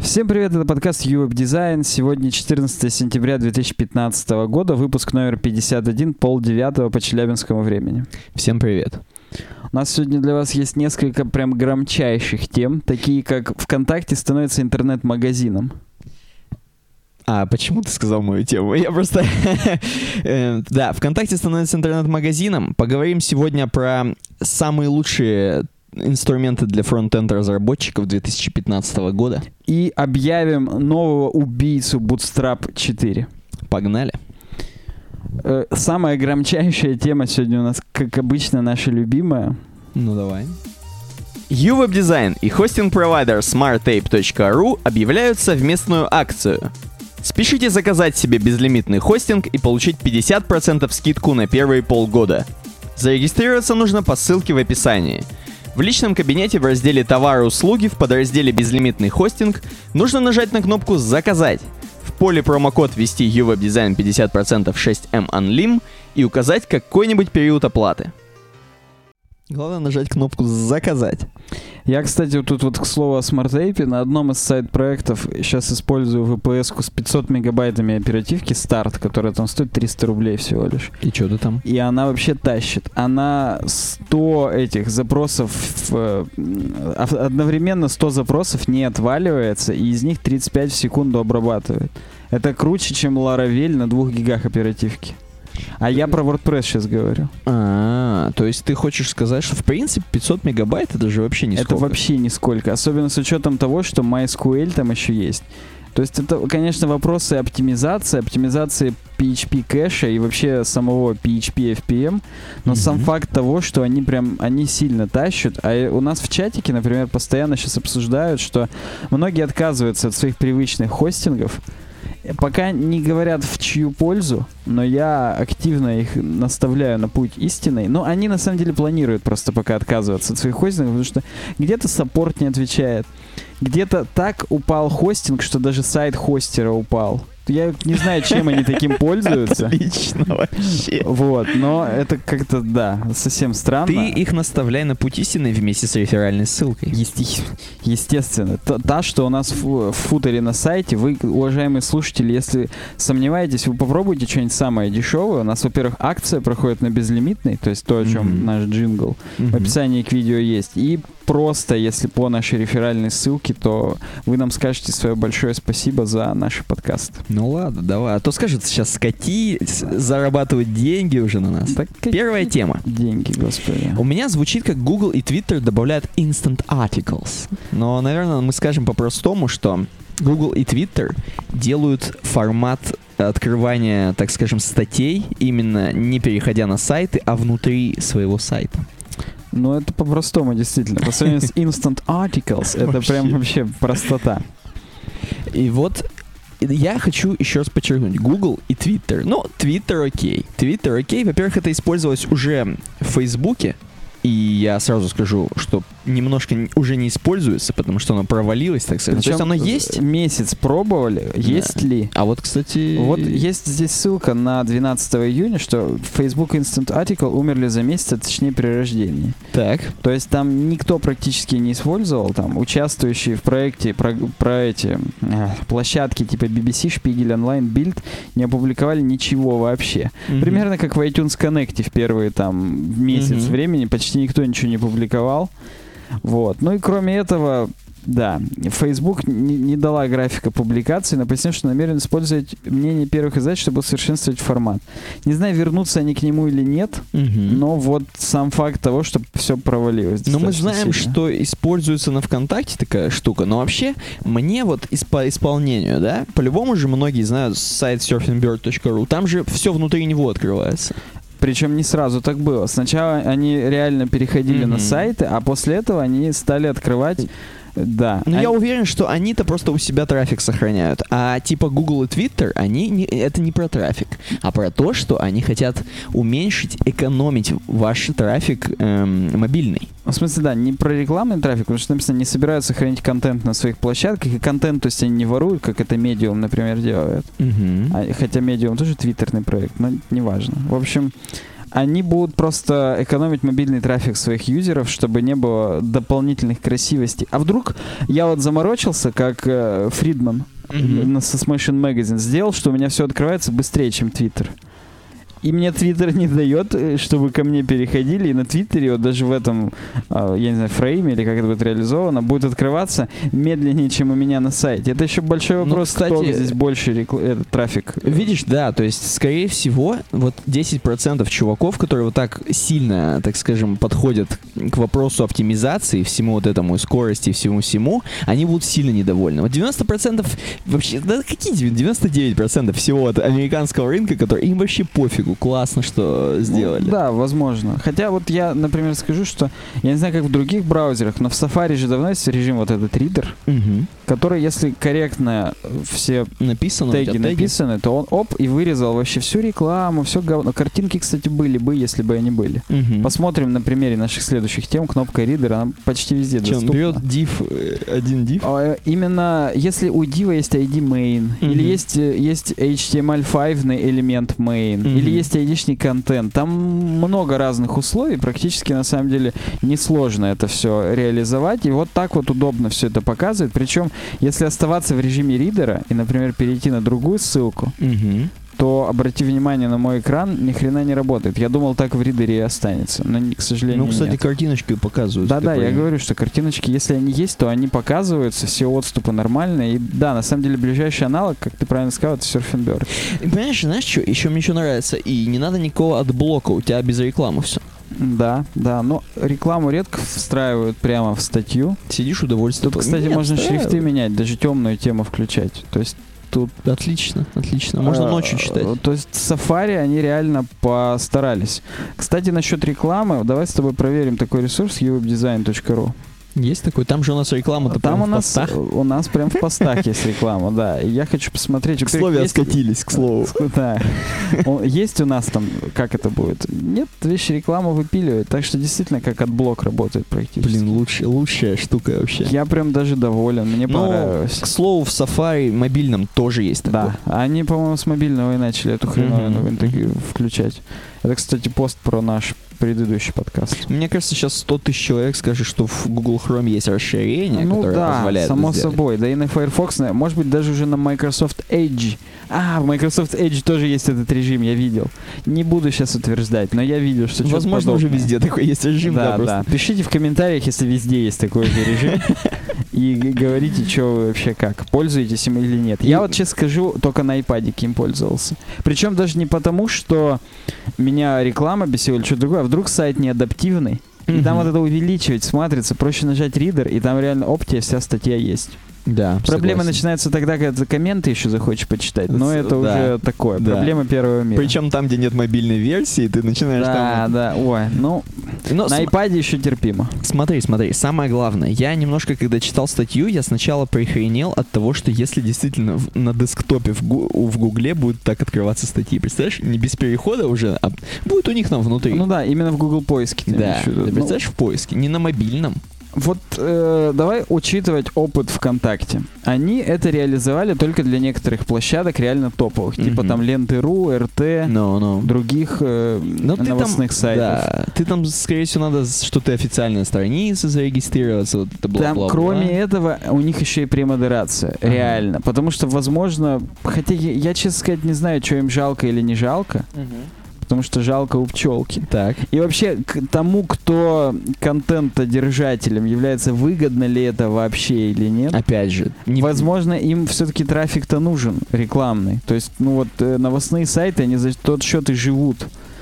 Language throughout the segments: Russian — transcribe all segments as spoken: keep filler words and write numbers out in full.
Всем привет, это подкаст ю веб Design. Сегодня четырнадцатое сентября две тысячи пятнадцатого года, выпуск номер пятьдесят один, полдевятого по челябинскому времени. Всем привет. У нас сегодня для вас есть несколько прям громчайших тем, такие как ВКонтакте становится интернет-магазином. А почему ты сказал мою тему? Я просто... Да, ВКонтакте становится интернет-магазином. Поговорим сегодня про самые лучшие инструменты для фронт-энд разработчиков две тысячи пятнадцатого года. И объявим нового убийцу Bootstrap четыре. Погнали. Самая громчайшая тема сегодня у нас, как обычно, наша любимая. Ну давай. ю веб Design и хостинг-провайдер смарт-тейп точка ру объявляют совместную акцию. Спешите заказать себе безлимитный хостинг и получить пятьдесят процентов скидку на первые полгода. Зарегистрироваться нужно по ссылке в описании. В личном кабинете в разделе «Товары и услуги» в подразделе «Безлимитный хостинг» нужно нажать на кнопку «Заказать». В поле промокод ввести ю веб Design пятьдесят процентов шесть эм Unlim и указать какой-нибудь период оплаты. Главное нажать кнопку «Заказать». Я, кстати, вот тут вот к слову о смарт-тейпе, на одном из сайт-проектов сейчас использую ви пи эс-ку с пятьсот мегабайтами оперативки старт, которая там стоит триста рублей всего лишь. И что ты там? И она вообще тащит. Она сто этих запросов, в, одновременно сто запросов не отваливается, и из них тридцать пять в секунду обрабатывает. Это круче, чем Laravel на двух гигах оперативки. А я про WordPress сейчас говорю. А, то есть ты хочешь сказать, что в принципе пятьсот мегабайт это же вообще нисколько? Это вообще нисколько. Особенно с учетом того, что MySQL там еще есть. То есть это, конечно, вопросы оптимизации, оптимизации пи эйч пи кэша и вообще самого пи эйч пи эф пи эм. Но mm-hmm. сам факт того, что они прям, они сильно тащат. А у нас в чатике, например, постоянно сейчас обсуждают, что многие отказываются от своих привычных хостингов. Пока не говорят в чью пользу, но я активно их наставляю на путь истинный. Но они на самом деле планируют просто пока отказываться от своих хостингов, потому что где-то саппорт не отвечает, где-то так упал хостинг, что даже сайт хостера упал. Я не знаю, чем они таким пользуются. Отлично вообще. Вот, но это как-то, да, совсем странно. Ты их наставляй на путь истины вместе с реферальной ссылкой. Есте- естественно. Та, та, что у нас в, в футере на сайте. Вы, уважаемые слушатели, если сомневаетесь, вы попробуйте что-нибудь самое дешевое. У нас, во-первых, акция проходит на безлимитный, то есть то, о чем mm-hmm. наш джингл. Mm-hmm. В описании к видео есть. И просто, если по нашей реферальной ссылке, то вы нам скажете свое большое спасибо за наши подкасты. Ну ладно, давай. А то скажут, сейчас скати, зарабатывать деньги уже на нас. Так первая тема. Деньги, господи. У меня звучит, как Google и Twitter добавляют Instant Articles. Но, наверное, мы скажем по-простому, что Google и Twitter делают формат открывания, так скажем, статей, именно не переходя на сайты, а внутри своего сайта. Ну, это по-простому, действительно. По сравнению с Instant Articles, это прям вообще простота. И вот я хочу еще раз подчеркнуть. Google и Twitter. Ну, Twitter окей. Twitter окей. Во-первых, это использовалось уже в Фейсбуке. И я сразу скажу, что немножко уже не используется, потому что оно провалилось, так сказать. Причем то есть оно есть? Месяц пробовали, да. Есть ли? А вот, кстати... Вот есть здесь ссылка на двенадцатого июня, что Facebook Instant Article умерли за месяц, а точнее при рождении. Так. То есть там никто практически не использовал, там участвующие в проекте про, про эти э, площадки типа би би си, Шпигель Онлайн, Bild не опубликовали ничего вообще. Mm-hmm. Примерно как в iTunes Connect в первые там месяц mm-hmm. времени почти никто ничего не публиковал. Вот. Ну и кроме этого, да, Facebook не, не дала графика публикации, но пояснил, что намерен использовать мнение первых издателей, чтобы усовершенствовать формат. Не знаю, вернутся они к нему или нет, угу. но вот сам факт того, что все провалилось. Но мы знаем, сильно. Что используется на ВКонтакте такая штука, но вообще мне вот по исполнению, да, по-любому же многие знают сайт серфинг бёрд точка ру, там же все внутри него открывается. Причем не сразу так было. Сначала они реально переходили mm-hmm. на сайты, а после этого они стали открывать... Да. Но они... я уверен, что они-то просто у себя трафик сохраняют. А типа Google и Twitter, они не, это не про трафик, а про то, что они хотят уменьшить, экономить ваш трафик эм, мобильный. В смысле, да, не про рекламный трафик, потому что написано, не собираются хранить контент на своих площадках, и контент, то есть они не воруют, как это Medium, например, делает. Uh-huh. А, хотя Medium тоже твиттерный проект, но неважно. В общем, они будут просто экономить мобильный трафик своих юзеров, чтобы не было дополнительных красивостей. А вдруг я вот заморочился, как э, Фридман mm-hmm. со Smashing Magazine сделал, что у меня все открывается быстрее, чем Twitter. И мне Твиттер не дает, чтобы ко мне переходили. И на Твиттере, вот даже в этом, я не знаю, фрейме, или как это будет реализовано, будет открываться медленнее, чем у меня на сайте. Это еще большой вопрос, ну, кстати, кто здесь больше рекл... этот трафик. Видишь, да, то есть, скорее всего, вот десять процентов чуваков, которые вот так сильно, так скажем, подходят к вопросу оптимизации, всему вот этому, скорости, всему-всему, они будут сильно недовольны. Вот девяносто процентов вообще, да какие девяносто девять процентов всего от американского рынка, который им вообще пофигу. Классно, что сделали. Ну, да, возможно. Хотя вот я, например, скажу, что я не знаю, как в других браузерах, но в Safari же давно есть режим вот этот Reader, угу. который, если корректно все написано, теги написаны, то он оп, и вырезал вообще всю рекламу, все говно. Картинки, кстати, были бы, если бы они были. Угу. Посмотрим на примере наших следующих тем. Кнопка Reader, она почти везде Че, доступна. Он берет div, один div? А, именно, если у div есть ай ди main, угу. или есть, есть эйч ти эм эль пять элемент main, угу. или есть ай ди-шный контент. Там много разных условий, практически на самом деле несложно это все реализовать. И вот так вот удобно все это показывает. Причем, если оставаться в режиме ридера и, например, перейти на другую ссылку, угу. то обрати внимание на мой экран, ни хрена не работает. Я думал, так в ридере и останется, но, к сожалению, ну, кстати, нет. Картиночки показывают. Да-да, я говорю, что картиночки, если они есть, то они показываются, все отступы нормальные. И да, на самом деле, ближайший аналог, как ты правильно сказал, это Surfing Bird. И, понимаешь, знаешь, что? Еще мне еще нравится, и не надо никакого отблока, у тебя без рекламы все. Да, да, но рекламу редко встраивают прямо в статью. Сидишь, удовольствие. Тут, кстати, Нет, можно встраивают. Шрифты менять, даже темную тему включать. То есть тут... Отлично, отлично. Можно а, ночью читать. То есть Safari, они реально постарались. Кстати, насчет рекламы, давай с тобой проверим такой ресурс ю веб дизайн точка ру. Есть такой? Там же у нас реклама-то Там прям у в нас, постах. У нас прям в постах есть реклама, да. И я хочу посмотреть... К слову, откатились, к слову. Да. Есть у нас там, как это будет? Нет, вещи рекламу выпиливают, так что действительно как отблок работает практически. Блин, лучшая, лучшая штука вообще. Я прям даже доволен, мне Но, понравилось. К слову, в Safari мобильном тоже есть такое. Да, они, по-моему, с мобильного и начали эту хреновину mm-hmm. включать. Это, кстати, пост про наш предыдущий подкаст. Мне кажется, сейчас сто тысяч человек скажет, что в Google Chrome есть расширение, ну, которое да, позволяет само это собой. Да и на Firefox, может быть, даже уже на Microsoft Edge. А, в Microsoft Edge тоже есть этот режим, я видел. Не буду сейчас утверждать, но я видел, что что-то возможно, уже везде такой есть режим. Да, да, да. Пишите в комментариях, если везде есть такой же режим. И говорите, что вы вообще как, пользуетесь им или нет. Я вот честно скажу, только на iPad им пользовался. Причем даже не потому, что меня реклама бесила или что-то другое, а вдруг сайт не адаптивный. И там вот это увеличивать смотрится, проще нажать ридер, и там реально опция, вся статья есть. Да, проблема согласен. Начинается тогда, когда ты комменты еще захочешь почитать, но это да, уже такое, да. Проблема первого мира. Причем там, где нет мобильной версии, ты начинаешь да, там... Да, да, ой, ну, но на см... iPad еще терпимо. Смотри, смотри, самое главное, я немножко, когда читал статью, я сначала прихренел от того, что если действительно в, на десктопе в, гу, в Гугле будут так открываться статьи, представляешь, не без перехода уже, а будет у них там внутри. Ну да, именно в Google поиске. Да, ты ну, представляешь, в поиске, не на мобильном. Вот э, давай учитывать опыт ВКонтакте. Они это реализовали только для некоторых площадок реально топовых. Mm-hmm. Типа там Ленты.ру, эр тэ, no, no. других э, новостных там, сайтов. Да, ты там, скорее всего, надо, что ты официальная страница зарегистрироваться. Вот это там, бла-бла-бла. Кроме этого, у них еще и премодерация. Uh-huh. Реально. Потому что, возможно, хотя я, я, честно сказать, не знаю, что им жалко или не жалко. Uh-huh. Потому что жалко у пчелки. Так. И вообще, к тому, кто контентодержателем является, выгодно ли это вообще или нет. Опять же. Не... Возможно, им все-таки трафик-то нужен, рекламный. То есть, ну вот, э, новостные сайты, они за тот счет и живут.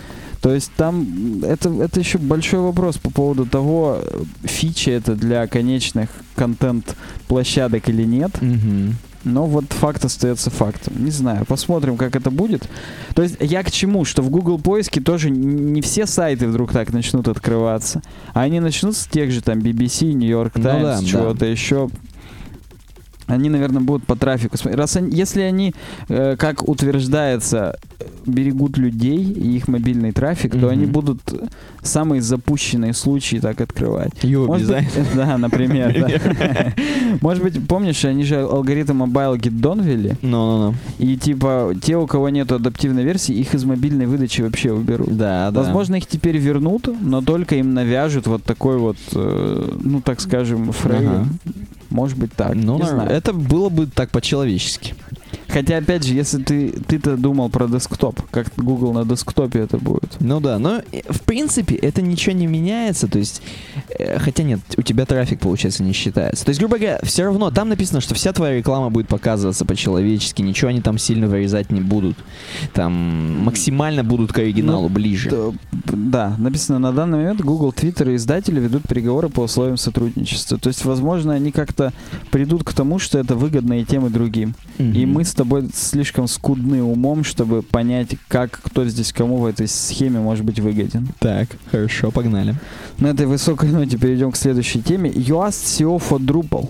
То есть там это, это еще большой вопрос по поводу того, фичи это для конечных контент-площадок или нет. Угу. Но вот факт остается фактом. Не знаю, посмотрим, как это будет. То есть я к чему? Что в Google поиске тоже не все сайты вдруг так начнут открываться. А они начнут с тех же там би би си, New York Times, ну да, чего-то да. еще. Они, наверное, будут по трафику смотреть. Раз они, если они, э, как утверждается, берегут людей и их мобильный трафик, mm-hmm. то они будут самые запущенные случаи так открывать. Ю-дизайн. Да, например. Может быть, помнишь, они же алгоритм Mobile Get Done ввели? Ну-ну-ну. И типа те, у кого нет адаптивной версии, их из мобильной выдачи вообще уберут. Да, да. Возможно, их теперь вернут, но только им навяжут вот такой вот, ну, так скажем, фрейм. Может быть так. Ну, не знаю. Это было бы так по-человечески. Хотя, опять же, если ты, ты-то думал про десктоп, как Google на десктопе это будет. Ну да, но в принципе это ничего не меняется, то есть, э, хотя нет, у тебя трафик, получается, не считается. То есть, грубо говоря, все равно там написано, что вся твоя реклама будет показываться по-человечески, ничего они там сильно вырезать не будут. Там максимально будут к оригиналу ну, ближе. Да, написано, на данный момент Google, Twitter и издатели ведут переговоры по условиям сотрудничества. То есть, возможно, они как-то придут к тому, что это выгодно и тем, и другим. Mm-hmm. И мы с тобой слишком скудны умом, чтобы понять, как, кто здесь кому в этой схеме может быть выгоден. Так, хорошо, погнали. На этой высокой ноте перейдем к следующей теме. Yoast си и о for Drupal.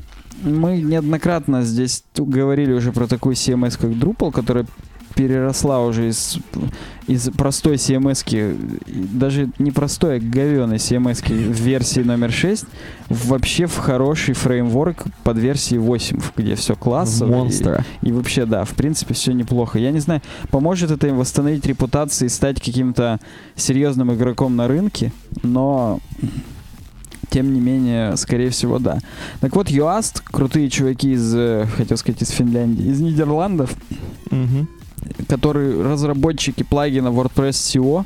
Мы неоднократно здесь говорили уже про такую си эм эс, как Drupal, которая переросла уже из, из простой си эм эс-ки, даже не простой, а говёной си эм эс-ки в версии номер шесть, вообще в хороший фреймворк под версией восемь, где все классно. Монстра. И, и вообще, да, в принципе, все неплохо. Я не знаю, поможет это им восстановить репутацию и стать каким-то серьезным игроком на рынке, но... Тем не менее, скорее всего, да. Так вот, Yoast, крутые чуваки из, хотел сказать, из Финляндии, из Нидерландов, угу. которые разработчики плагина WordPress си и о.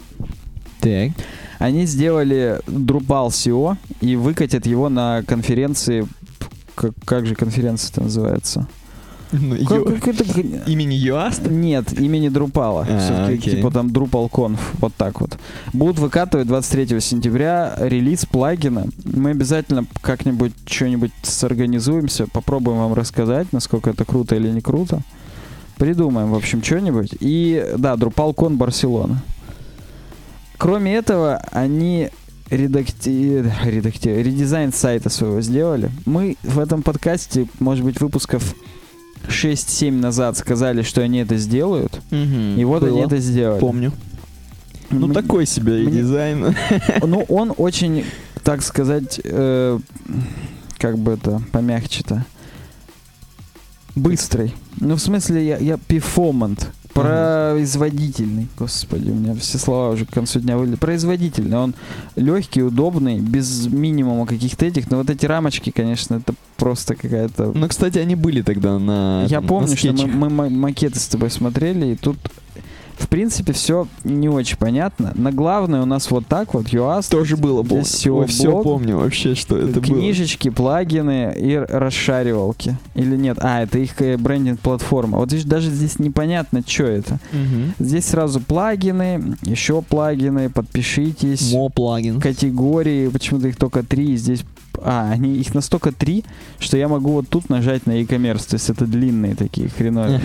Так. Они сделали Drupal си и о и выкатят его на конференции. Как, как же конференция-то называется? Ну, как, ю... как это... Имени Yoast? Нет, имени Drupal. А, Все-таки окей. типа там DrupalConf. Вот так вот. Будут выкатывать двадцать третьего сентября релиз плагина. Мы обязательно как-нибудь что-нибудь сорганизуемся, попробуем вам рассказать, насколько это круто или не круто. Придумаем, в общем, что-нибудь. И, да, DrupalCon Барселона. Кроме этого, они редакти... редакти... редизайн сайта своего сделали. Мы в этом подкасте, может быть, выпусков шесть-семь назад сказали, что они это сделают. Угу, и вот было. они это сделали. Помню. Ну, Мне... такой себе Мне... дизайн. Ну, он очень, так сказать, э, как бы это помягче-то, быстрый. Ну, в смысле, я, я performant. Производительный. Господи, у меня все слова уже к концу дня вылезли. Производительный. Он легкий, удобный, без минимума каких-то этих. Но вот эти рамочки, конечно, это просто какая-то... Ну, кстати, они были тогда на Я на помню, что скетчах. мы, мы макеты с тобой смотрели, и тут, в принципе, все не очень понятно. На главное у нас вот так вот, Yoast. Тоже было. Здесь все, все помню вообще, что это было. Книжечки, плагины и расшаривалки. Или нет? А, это их брендинг-платформа. Вот видишь, даже здесь непонятно, что это. Угу. Здесь сразу плагины, еще плагины, подпишитесь. Мо плагин. Категории, почему-то их только три, и здесь... А, они их настолько три, что я могу вот тут нажать на e-commerce. То есть это длинные такие хреновые.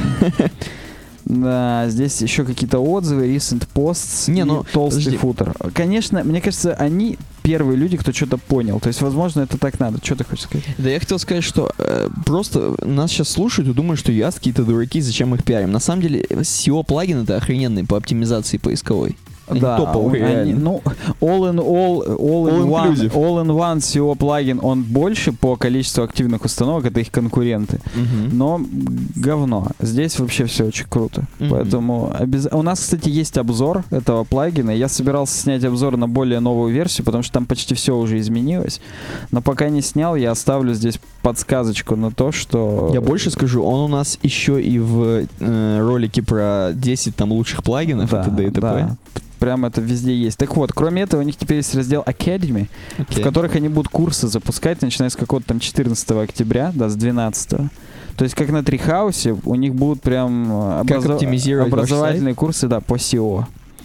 Да, здесь еще какие-то отзывы, recent posts Не, и ну, толстый подожди. футер. Конечно, мне кажется, они первые люди, кто что-то понял. То есть, возможно, это так надо. Что ты хочешь сказать? Да я хотел сказать, что э, просто нас сейчас слушают и думают, что Yoast какие-то дураки, зачем их пиарим. На самом деле, си и о-плагин это охрененный по оптимизации поисковой. Они да, топовые, они, реально. ну, all in all, all, All in one, inclusive. all in one си и о плагин, он больше по количеству активных установок, это их конкуренты. Мгм. Но говно. Здесь вообще все очень круто. Мгм. Поэтому обяз... у нас, кстати, есть обзор этого плагина. Я собирался снять обзор на более новую версию, потому что там почти все уже изменилось. Но пока не снял, я оставлю здесь подсказочку на то, что... Я больше скажу, он у нас еще и в э, ролике про десять там лучших плагинов Да, и т.д. и т.п. да. Прям это везде есть. Так вот, кроме этого, у них теперь есть раздел Academy, Окей. в которых они будут курсы запускать, начиная с какого-то там четырнадцатого октября, да, с двенадцатого. То есть, как на Трихаусе, у них будут прям образо- оптимизировать ваш образовательные курсы, да, по си и о.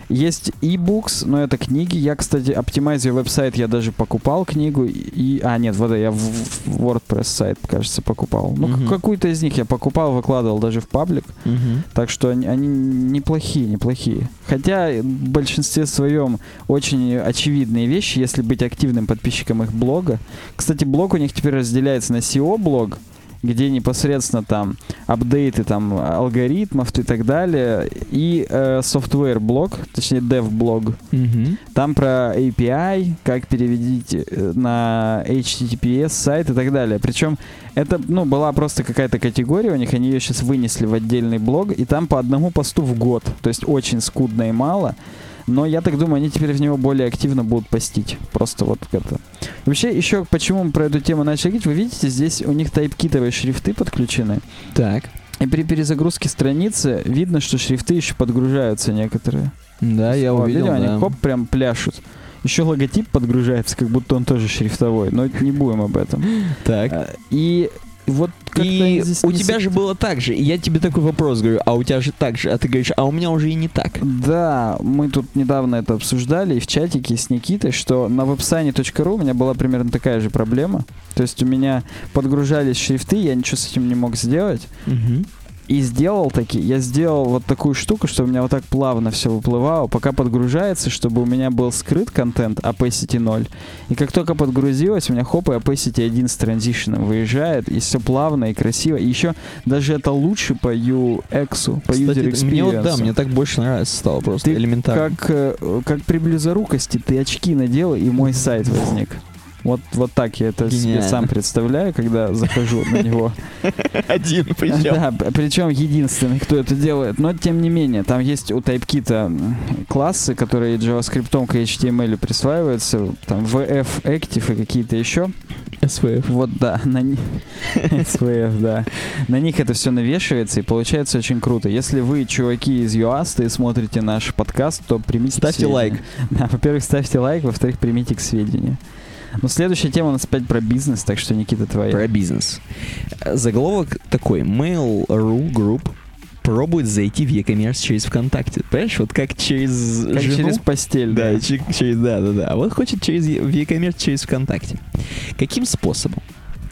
Есть e-books, но это книги. Я, кстати, Optimize веб-сайт я даже покупал книгу. И, а, нет, вот я в, в WordPress сайт, кажется, покупал. Ну, Мгм. какую-то из них я покупал, выкладывал даже в паблик. Мгм. Так что они, они неплохие, неплохие. Хотя в большинстве своем очень очевидные вещи, если быть активным подписчиком их блога. Кстати, блог у них теперь разделяется на си о-блог, где непосредственно там апдейты там алгоритмов и так далее, и э, software блог, точнее dev блог. Мгм. Там про эй пи ай, как переводить э, на эйч ти ти пи эс сайт и так далее. Причем это, ну, была просто какая-то категория у них, они ее сейчас вынесли в отдельный блог, и там по одному посту в год, то есть очень скудно и мало. Но я так думаю, они теперь в него более активно будут постить. Просто вот это. Вообще, еще почему мы про эту тему начали говорить, вы видите, здесь у них тайпкитовые шрифты подключены. Так. И при перезагрузке страницы видно, что шрифты еще подгружаются некоторые. Да, я Вот, увидел, видел, да. они хоп, прям пляшут. Еще логотип подгружается, как будто он тоже шрифтовой. Но не будем об этом. Так. А, И вот как-то И здесь у не тебя со- же было так же. И я тебе такой вопрос говорю, а у тебя же так же. А ты говоришь, а у меня уже и не так. Да, мы тут недавно это обсуждали и в чатике с Никитой, что на вебсайне точка ру у меня была примерно такая же проблема. То есть у меня подгружались шрифты, я ничего с этим не мог сделать. Мгм. И сделал таки, я сделал вот такую штуку, что у меня вот так плавно все выплывало, пока подгружается, чтобы у меня был скрыт контент Opacity ноль. И как только подгрузилось, у меня хоп, и Opacity один с транзишеном выезжает, и все плавно и красиво. И еще даже это лучше по ю экс, по Кстати, user experience. мне вот, да, мне так больше нравится стало просто Ты элементарно. Как, э, как при близорукости ты очки надел, и мой сайт возник. Вот, вот так я это себе Гениально. сам представляю, когда захожу на него. Один причем. Да, причем единственный, кто это делает. Но тем не менее, там есть у TypeKit классы, которые JavaScript к эйч ти эм эл присваиваются. Там ви эф Active и какие-то еще. эс ви эф. Вот, да, на них эс ви эф, да. На них это все навешивается, и получается очень круто. Если вы, чуваки из Юаста, и смотрите наш подкаст, то примите к Ставьте сведению. лайк. Да, во-первых, ставьте лайк, во-вторых, примите к сведению. Но следующая тема у нас опять про бизнес, так что, Никита, твоя. Про бизнес. Заголовок такой. Mail.ru Group пробует зайти в e-commerce через ВКонтакте. Понимаешь, вот как через Как жену? через постель. Да, Да. че- через, да, да, да. А вот хочет через е- в e-commerce через ВКонтакте. Каким способом?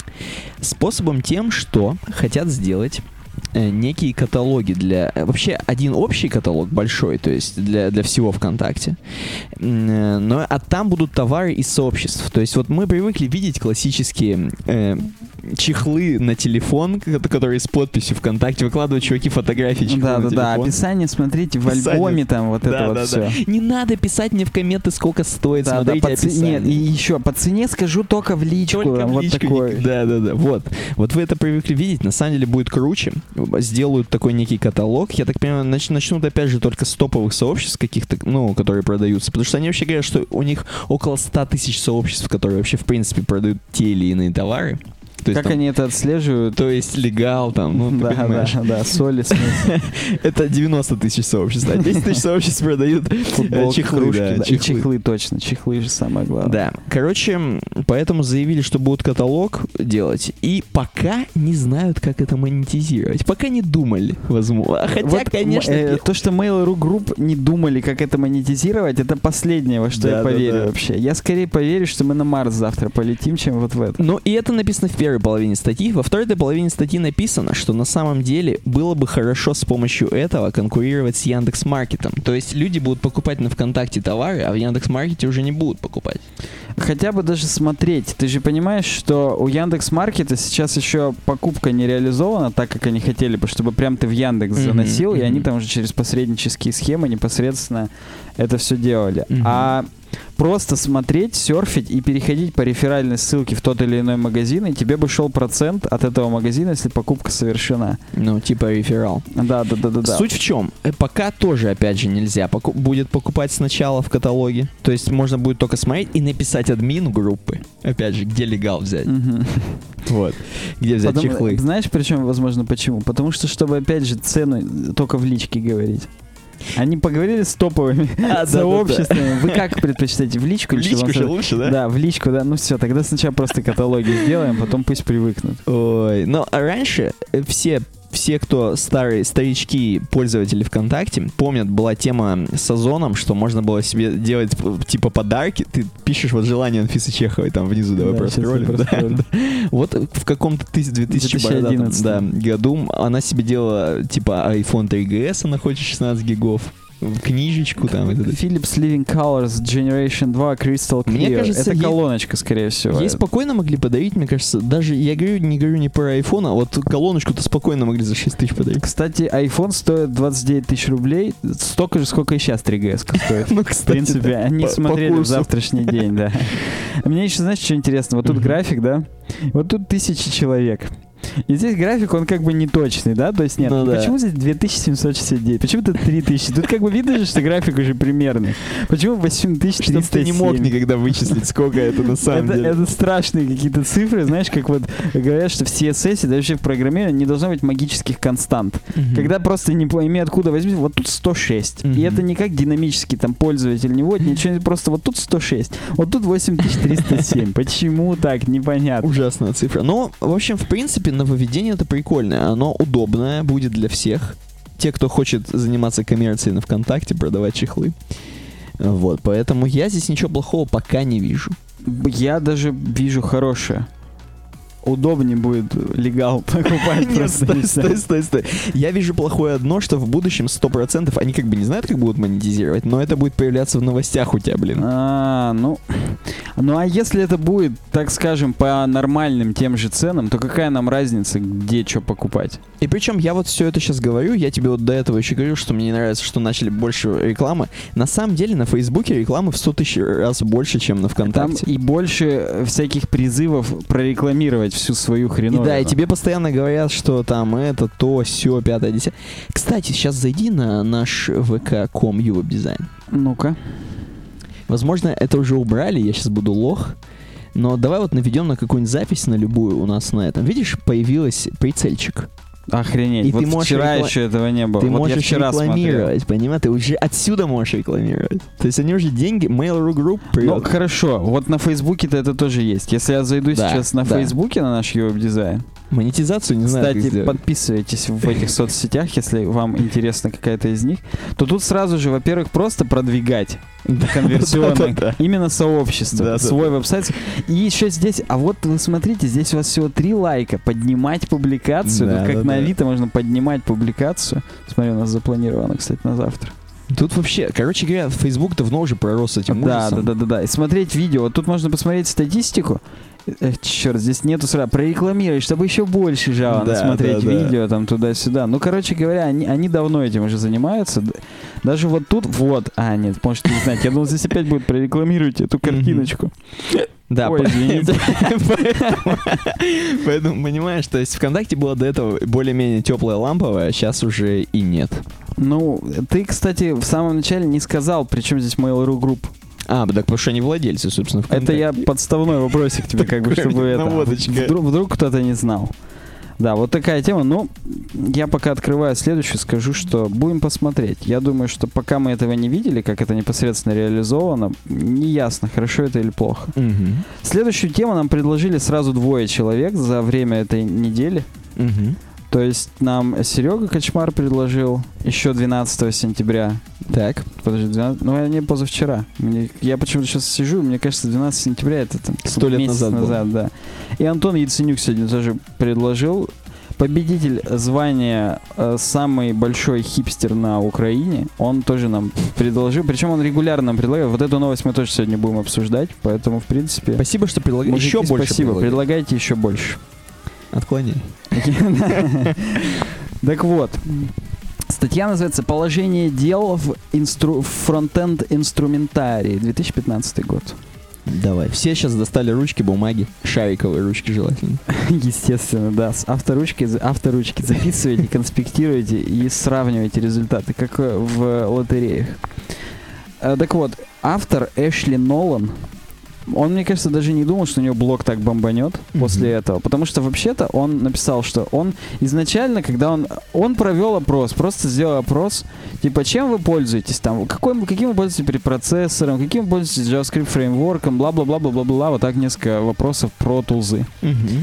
Способом тем, что хотят сделать э, некие каталоги для... э, Вообще один общий каталог большой, то есть для, для всего ВКонтакте. М, э, Но, а там будут товары из сообществ. То есть вот мы привыкли видеть классические э, чехлы на телефон, ко- которые с подписью ВКонтакте выкладывают чуваки фотографии чехла Да, на да, да. телефон. Описание смотрите в Описание. альбоме, там вот Да, это да, вот да. все. Не надо писать мне в комменты, сколько стоит, Да, да, смотрите по ц- описание. Нет, и еще по цене скажу только в личку. Только в вот личку такой. не- Да, да, да. Вот. Вот вы это привыкли видеть. На самом деле будет круче. Сделают такой некий каталог. Я так понимаю, нач- начнут опять же только с топовых сообществ каких-то, ну, которые продаются. Потому что они вообще говорят, что у них около ста тысяч сообществ, которые вообще в принципе продают те или иные товары. То есть, Как там, они это отслеживают? то есть легал там, ну, ты да, понимаешь. да, да, соли, смысл. Это девяносто тысяч сообществ, а десять тысяч сообществ продают э, Футболки, чехлы. кружки, да, да. И чехлы. чехлы, точно. Чехлы же самое главное. Да, короче, поэтому заявили, что будут каталог делать, и пока не знают, как это монетизировать. Пока не думали, возможно. А Хотя, Вот, конечно... м, э, я- то, что Mail.ru Group не думали, как это монетизировать, это последнее, во что Да, я да, поверю да. вообще. Я скорее поверю, что мы на Марс завтра полетим, чем вот в это. Ну, и это написано в первой половине статьи. Во второй половине статьи написано, что на самом деле было бы хорошо с помощью этого конкурировать с Яндекс.Маркетом. То есть люди будут покупать на ВКонтакте товары, а в Яндекс.Маркете уже не будут покупать. Хотя бы даже смотреть. Ты же понимаешь, что у Яндекс.Маркета сейчас еще покупка не реализована так, как они хотели бы, чтобы прям ты в Яндекс Мгм, заносил, и мгм. они там уже через посреднические схемы непосредственно это все делали. Мгм. А просто смотреть, серфить и переходить по реферальной ссылке в тот или иной магазин, и тебе бы шел процент от этого магазина, если покупка совершена. Ну, типа реферал. Да, да, да, да, да. Суть в чем? Э, Пока тоже, опять же, нельзя. Поку- будет покупать сначала в каталоге. То есть можно будет только смотреть и написать админу группы. Опять же, где легал взять. Мгм. Вот. Где взять Потому- чехлы. Знаешь, причем, возможно, почему? Потому что, чтобы, опять же, цену только в личке говорить. Они поговорили с топовыми А, да, да, сообществами. Вы как предпочитаете, в личку? или Личку чтобы же он- лучше, да? Да, в личку, да. Ну все, тогда сначала просто каталоги сделаем, потом пусть привыкнут. Ой, но раньше э, все все, кто старые старички, пользователи ВКонтакте, помнят, была тема с Озоном, что можно было себе делать типа подарки. Ты пишешь вот желание Анфисы Чеховой там внизу, давай Да, просто сейчас ролик. я Да, просто да. Вот в каком-то две тысячи две тысячи одиннадцатом да, году она себе делала типа iPhone три джи эс, она хочет шестнадцать гигов. Книжечку там. Это. Philips Living Colors Generation два Crystal Clear. Мне кажется, это ей- колоночка, скорее всего. Ей спокойно могли подарить, мне кажется, даже, я говорю, не говорю не про iPhone, а вот колоночку-то спокойно могли за шесть тысяч подарить. Кстати, iPhone стоит двадцать девять тысяч рублей, столько же, сколько и сейчас три джи эс стоит. Ну, В кстати, принципе, да, они по- по смотрели в курсу. завтрашний день, да. Мне еще, знаешь, что интересно? Вот тут Мгм. график, да? Вот тут тысячи человек. И здесь график, он как бы не точный, да? То есть нет, Ну да. почему здесь две тысячи семьсот шестьдесят девять? Почему тут три тысячи? Тут как бы видно же, что график уже примерный. Почему восемь тысяч Чтоб триста ты не мог никогда вычислить, сколько это на самом это, деле. это страшные какие-то цифры, знаешь, как вот говорят, что в си эс эс, да вообще в программировании не должно быть магических констант. Мгм. Когда просто не пойми откуда возьми, вот тут сто шесть. Мгм. И это не как динамический там пользователь, не вот, ничего, просто вот тут сто шесть, вот тут восемь тысяч триста семь. Почему так? Непонятно. Ужасная цифра. Но, в общем, в принципе, нововведение это прикольное. Оно удобное будет для всех. Те, кто хочет заниматься коммерцией на ВКонтакте, продавать чехлы. Вот, поэтому я здесь ничего плохого пока не вижу. Я даже вижу хорошее. Удобнее будет легал покупать Нет, просто. стой, и всё. стой, стой, стой. Я вижу плохое одно, что в будущем сто процентов они как бы не знают, как будут монетизировать, но это будет появляться в новостях у тебя, блин. А, ну, ну а если это будет, так скажем, по нормальным тем же ценам, то какая нам разница, где что покупать? И причем я вот все это сейчас говорю, я тебе вот до этого еще говорил, что мне не нравится, что начали больше рекламы. На самом деле на Фейсбуке рекламы в сто тысяч раз больше, чем на Там ВКонтакте. и больше всяких призывов прорекламировать всю свою И хреновину. да, и тебе постоянно говорят, что там это, то, сё, пятое, десятое. Кстати, сейчас зайди на наш вэ ка точка ком uwebdesign. Ну-ка. Возможно, это уже убрали, я сейчас буду лох. Но давай вот наведем на какую-нибудь запись, на любую у нас на этом. Видишь, появилась прицельчик. Охренеть. И вот ты можешь вчера рекла- еще этого не было. Ты вот я можешь вчера смотрел. рекламировать, понимаешь? Ты уже отсюда можешь рекламировать. То есть они уже деньги, Mail.ru Group Ну, привет. хорошо. Вот на Фейсбуке-то это тоже есть. Если я зайду Да, сейчас на да. Фейсбуке, на наш веб-дизайн, Монетизацию не знаю, как кстати, сделать. подписывайтесь в этих соцсетях, если вам интересна какая-то из них, то тут сразу же, во-первых, просто продвигать конверсионно Да-да-да. именно сообщество, Да-да-да. свой веб-сайт. И еще здесь, а вот вы смотрите, здесь у вас всего три лайка. Поднимать публикацию. Да, Тут как да, на да. Авито можно поднимать публикацию. Смотри, у нас запланировано, кстати, на завтра. Тут вообще, короче говоря, Facebook давно уже пророс с этим Да, ужасом. да, да, да, да. И смотреть видео. Вот тут можно посмотреть статистику. Эх, черт, здесь нету сразу. Прорекламировать, чтобы еще больше жало Да, смотреть да, да. видео там туда-сюда. Ну, короче говоря, они, они давно этим уже занимаются. Д- Даже вот тут, вот. А, нет, может, не знаете. Я думал, здесь опять будет прорекламировать эту картиночку. Да, Ой, по- извините. Поэтому, поэтому, понимаешь, то есть ВКонтакте было до этого более-менее теплая ламповая, а сейчас уже и нет. Ну, ты, кстати, в самом начале не сказал, при чем здесь Mail.ru Group. А, так потому что они владельцы, собственно, Это ВКонтакте. я подставной вопросик тебе, как бы, Такой чтобы это... наводочка. Вдруг, вдруг кто-то не знал. Да, вот такая тема. Ну, я пока открываю следующую, скажу, что будем посмотреть. Я думаю, что пока мы этого не видели, как это непосредственно реализовано, не ясно, хорошо это или плохо. Мгм. Следующую тему нам предложили сразу двое человек за время этой недели. Мгм. То есть нам Серега Кочмар предложил еще двенадцатого сентября. Так. Подожди, двенадцатого, ну, они позавчера. Мне- я почему-то сейчас сижу, мне кажется, двенадцатого сентября это там Сто лет месяц назад было. назад, да. И Антон Яценюк сегодня тоже предложил. Победитель звания э, самый большой хипстер на Украине, он тоже нам предложил. Причем он регулярно нам предлагает. Вот эту новость мы тоже сегодня будем обсуждать. Поэтому, в принципе, Спасибо, что предлагаете. мужики, Еще больше спасибо. предлагайте. Предлагайте еще больше. Отклоняй. Так вот, статья называется «Положение дел в инстру- в фронтенд инструментарии», две тысячи пятнадцатый год. Давай. Все сейчас достали ручки, бумаги. Шариковые ручки желательно. Естественно, да. С авторучки, авторучки записывайте, конспектируйте и сравнивайте результаты, как э, в лотереях. Э, Так вот, автор Эшли Нолан, он, мне кажется, даже не думал, что у него блог так бомбанет Мгм. после этого. Потому что вообще-то он написал, что он изначально, когда он... Он провел опрос, просто сделал опрос, типа, чем вы пользуетесь там, какой, каким вы пользуетесь препроцессором, каким вы пользуетесь JavaScript фреймворком, бла-бла-бла-бла-бла-бла, вот так несколько вопросов про тулзы. Мгм.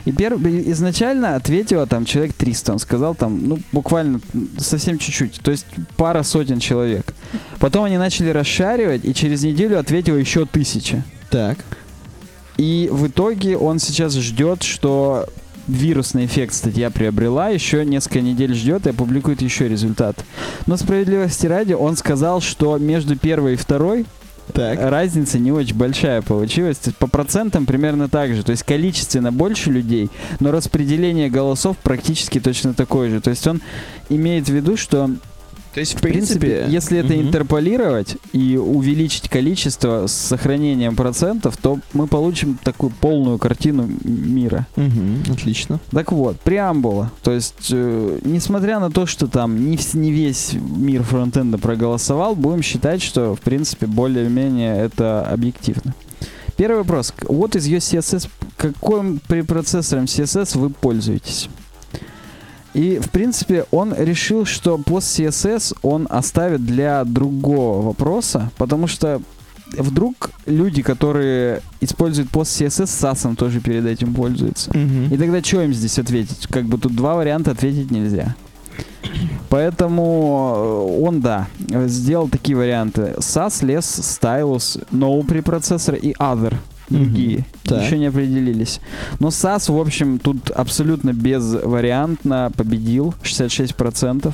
И перв... изначально ответило там человек триста. Он сказал там, ну, буквально совсем чуть-чуть. То есть пара сотен человек. Потом они начали расшаривать, и через неделю ответило еще тысяча. Так. И в итоге он сейчас ждет, что вирусный эффект статья приобрела, еще несколько недель ждет и опубликует еще результат. Но справедливости ради, он сказал, что между первой и второй так. разница не очень большая получилась. То есть по процентам примерно так же. То есть количественно больше людей, но распределение голосов практически точно такое же. То есть он имеет в виду, что То есть, в, в принципе, принципе, если это угу. интерполировать и увеличить количество с сохранением процентов, то мы получим такую полную картину мира. Угу, отлично. Так вот, преамбула. То есть, э, несмотря на то, что там не, не весь мир фронтенда проголосовал, будем считать, что, в принципе, более-менее это объективно. Первый вопрос. What is your си эс эс? Каким препроцессором си эс эс вы пользуетесь? И, в принципе, он решил, что пост си эс эс он оставит для другого вопроса, потому что вдруг люди, которые используют пост си эс эс, с ас тоже перед этим пользуются. Mm-hmm. И тогда что им здесь ответить? Как бы тут два варианта ответить нельзя. Поэтому он, да, сделал такие варианты. сас, лес, stylus, no препроцессор и other. Другие. Mm-hmm. Еще не определились. Но сас, в общем, тут абсолютно безвариантно победил. шестьдесят шесть процентов.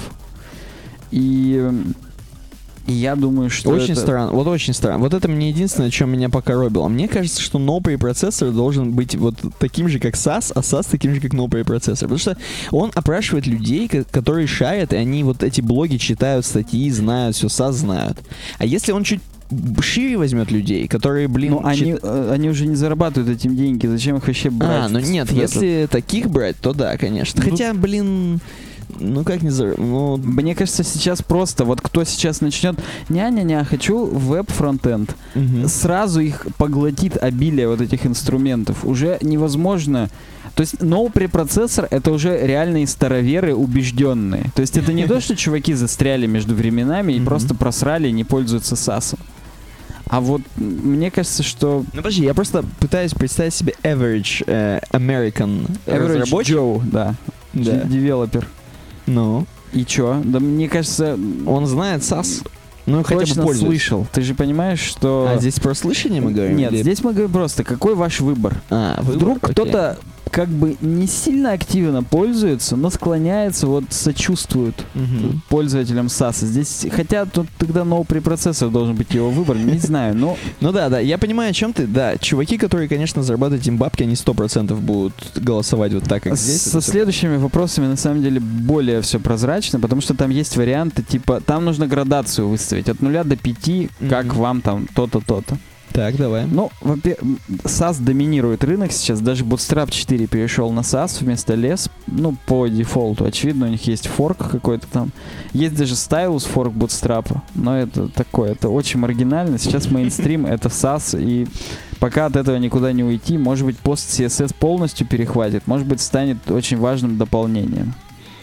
И... И я думаю, что очень это... странно, вот очень странно. Вот это мне единственное, что меня покоробило. Мне кажется, что no препроцессор должен быть вот таким же, как сас, а сас таким же, как no препроцессор. Потому что он опрашивает людей, которые шарят, и они вот эти блоги читают, статьи, знают, все, сас знают. А если он чуть шире возьмет людей, которые, блин... Ну, они, чит... они уже не зарабатывают этим деньги. Зачем их вообще брать? А, ну нет, если таких брать, то да, конечно. Ну, хотя, блин... Ну как не за... Ну... Мне кажется, сейчас просто, вот кто сейчас начнет ня-ня-ня, хочу веб-фронтенд, угу. сразу их поглотит обилие вот этих инструментов. Уже невозможно... То есть no препроцессор — это уже реальные староверы убежденные. То есть это не то, что чуваки застряли между временами и просто просрали и не пользуются сасом. А вот мне кажется, что... Ну подожди, я просто пытаюсь представить себе average э, American average разработчик. Joe, да. да. Девелопер. Ну? И чё? Да мне кажется... Он знает сас. Ну, хотя точно бы слышал. Ты же понимаешь, что... А здесь про слышание мы говорим? Нет, или... здесь мы говорим просто, какой ваш выбор? А, выбор? Вдруг окей. кто-то как бы не сильно активно пользуется, но склоняется, вот сочувствует угу. пользователям саса. Здесь, хотя тут тогда no препроцессор должен быть его выбор, не знаю, но... Ну да, да, я понимаю, о чем ты. Да, чуваки, которые, конечно, зарабатывают им бабки, они сто процентов будут голосовать вот так, как здесь. Со следующими вопросами, на самом деле, более все прозрачно, потому что там есть варианты, типа, там нужно градацию выставить от нуля до пяти, mm-hmm. как вам там то-то, то-то. Так, давай. Ну, во-первых, сас доминирует рынок сейчас, даже Bootstrap четыре перешел на сас вместо лес, ну, по дефолту. Очевидно, у них есть форк какой-то там. Есть даже Stylus форк Bootstrap, но это такое, это очень маргинально. Сейчас мейнстрим — это сас, и пока от этого никуда не уйти, может быть, пост си эс эс полностью перехватит, может быть, станет очень важным дополнением.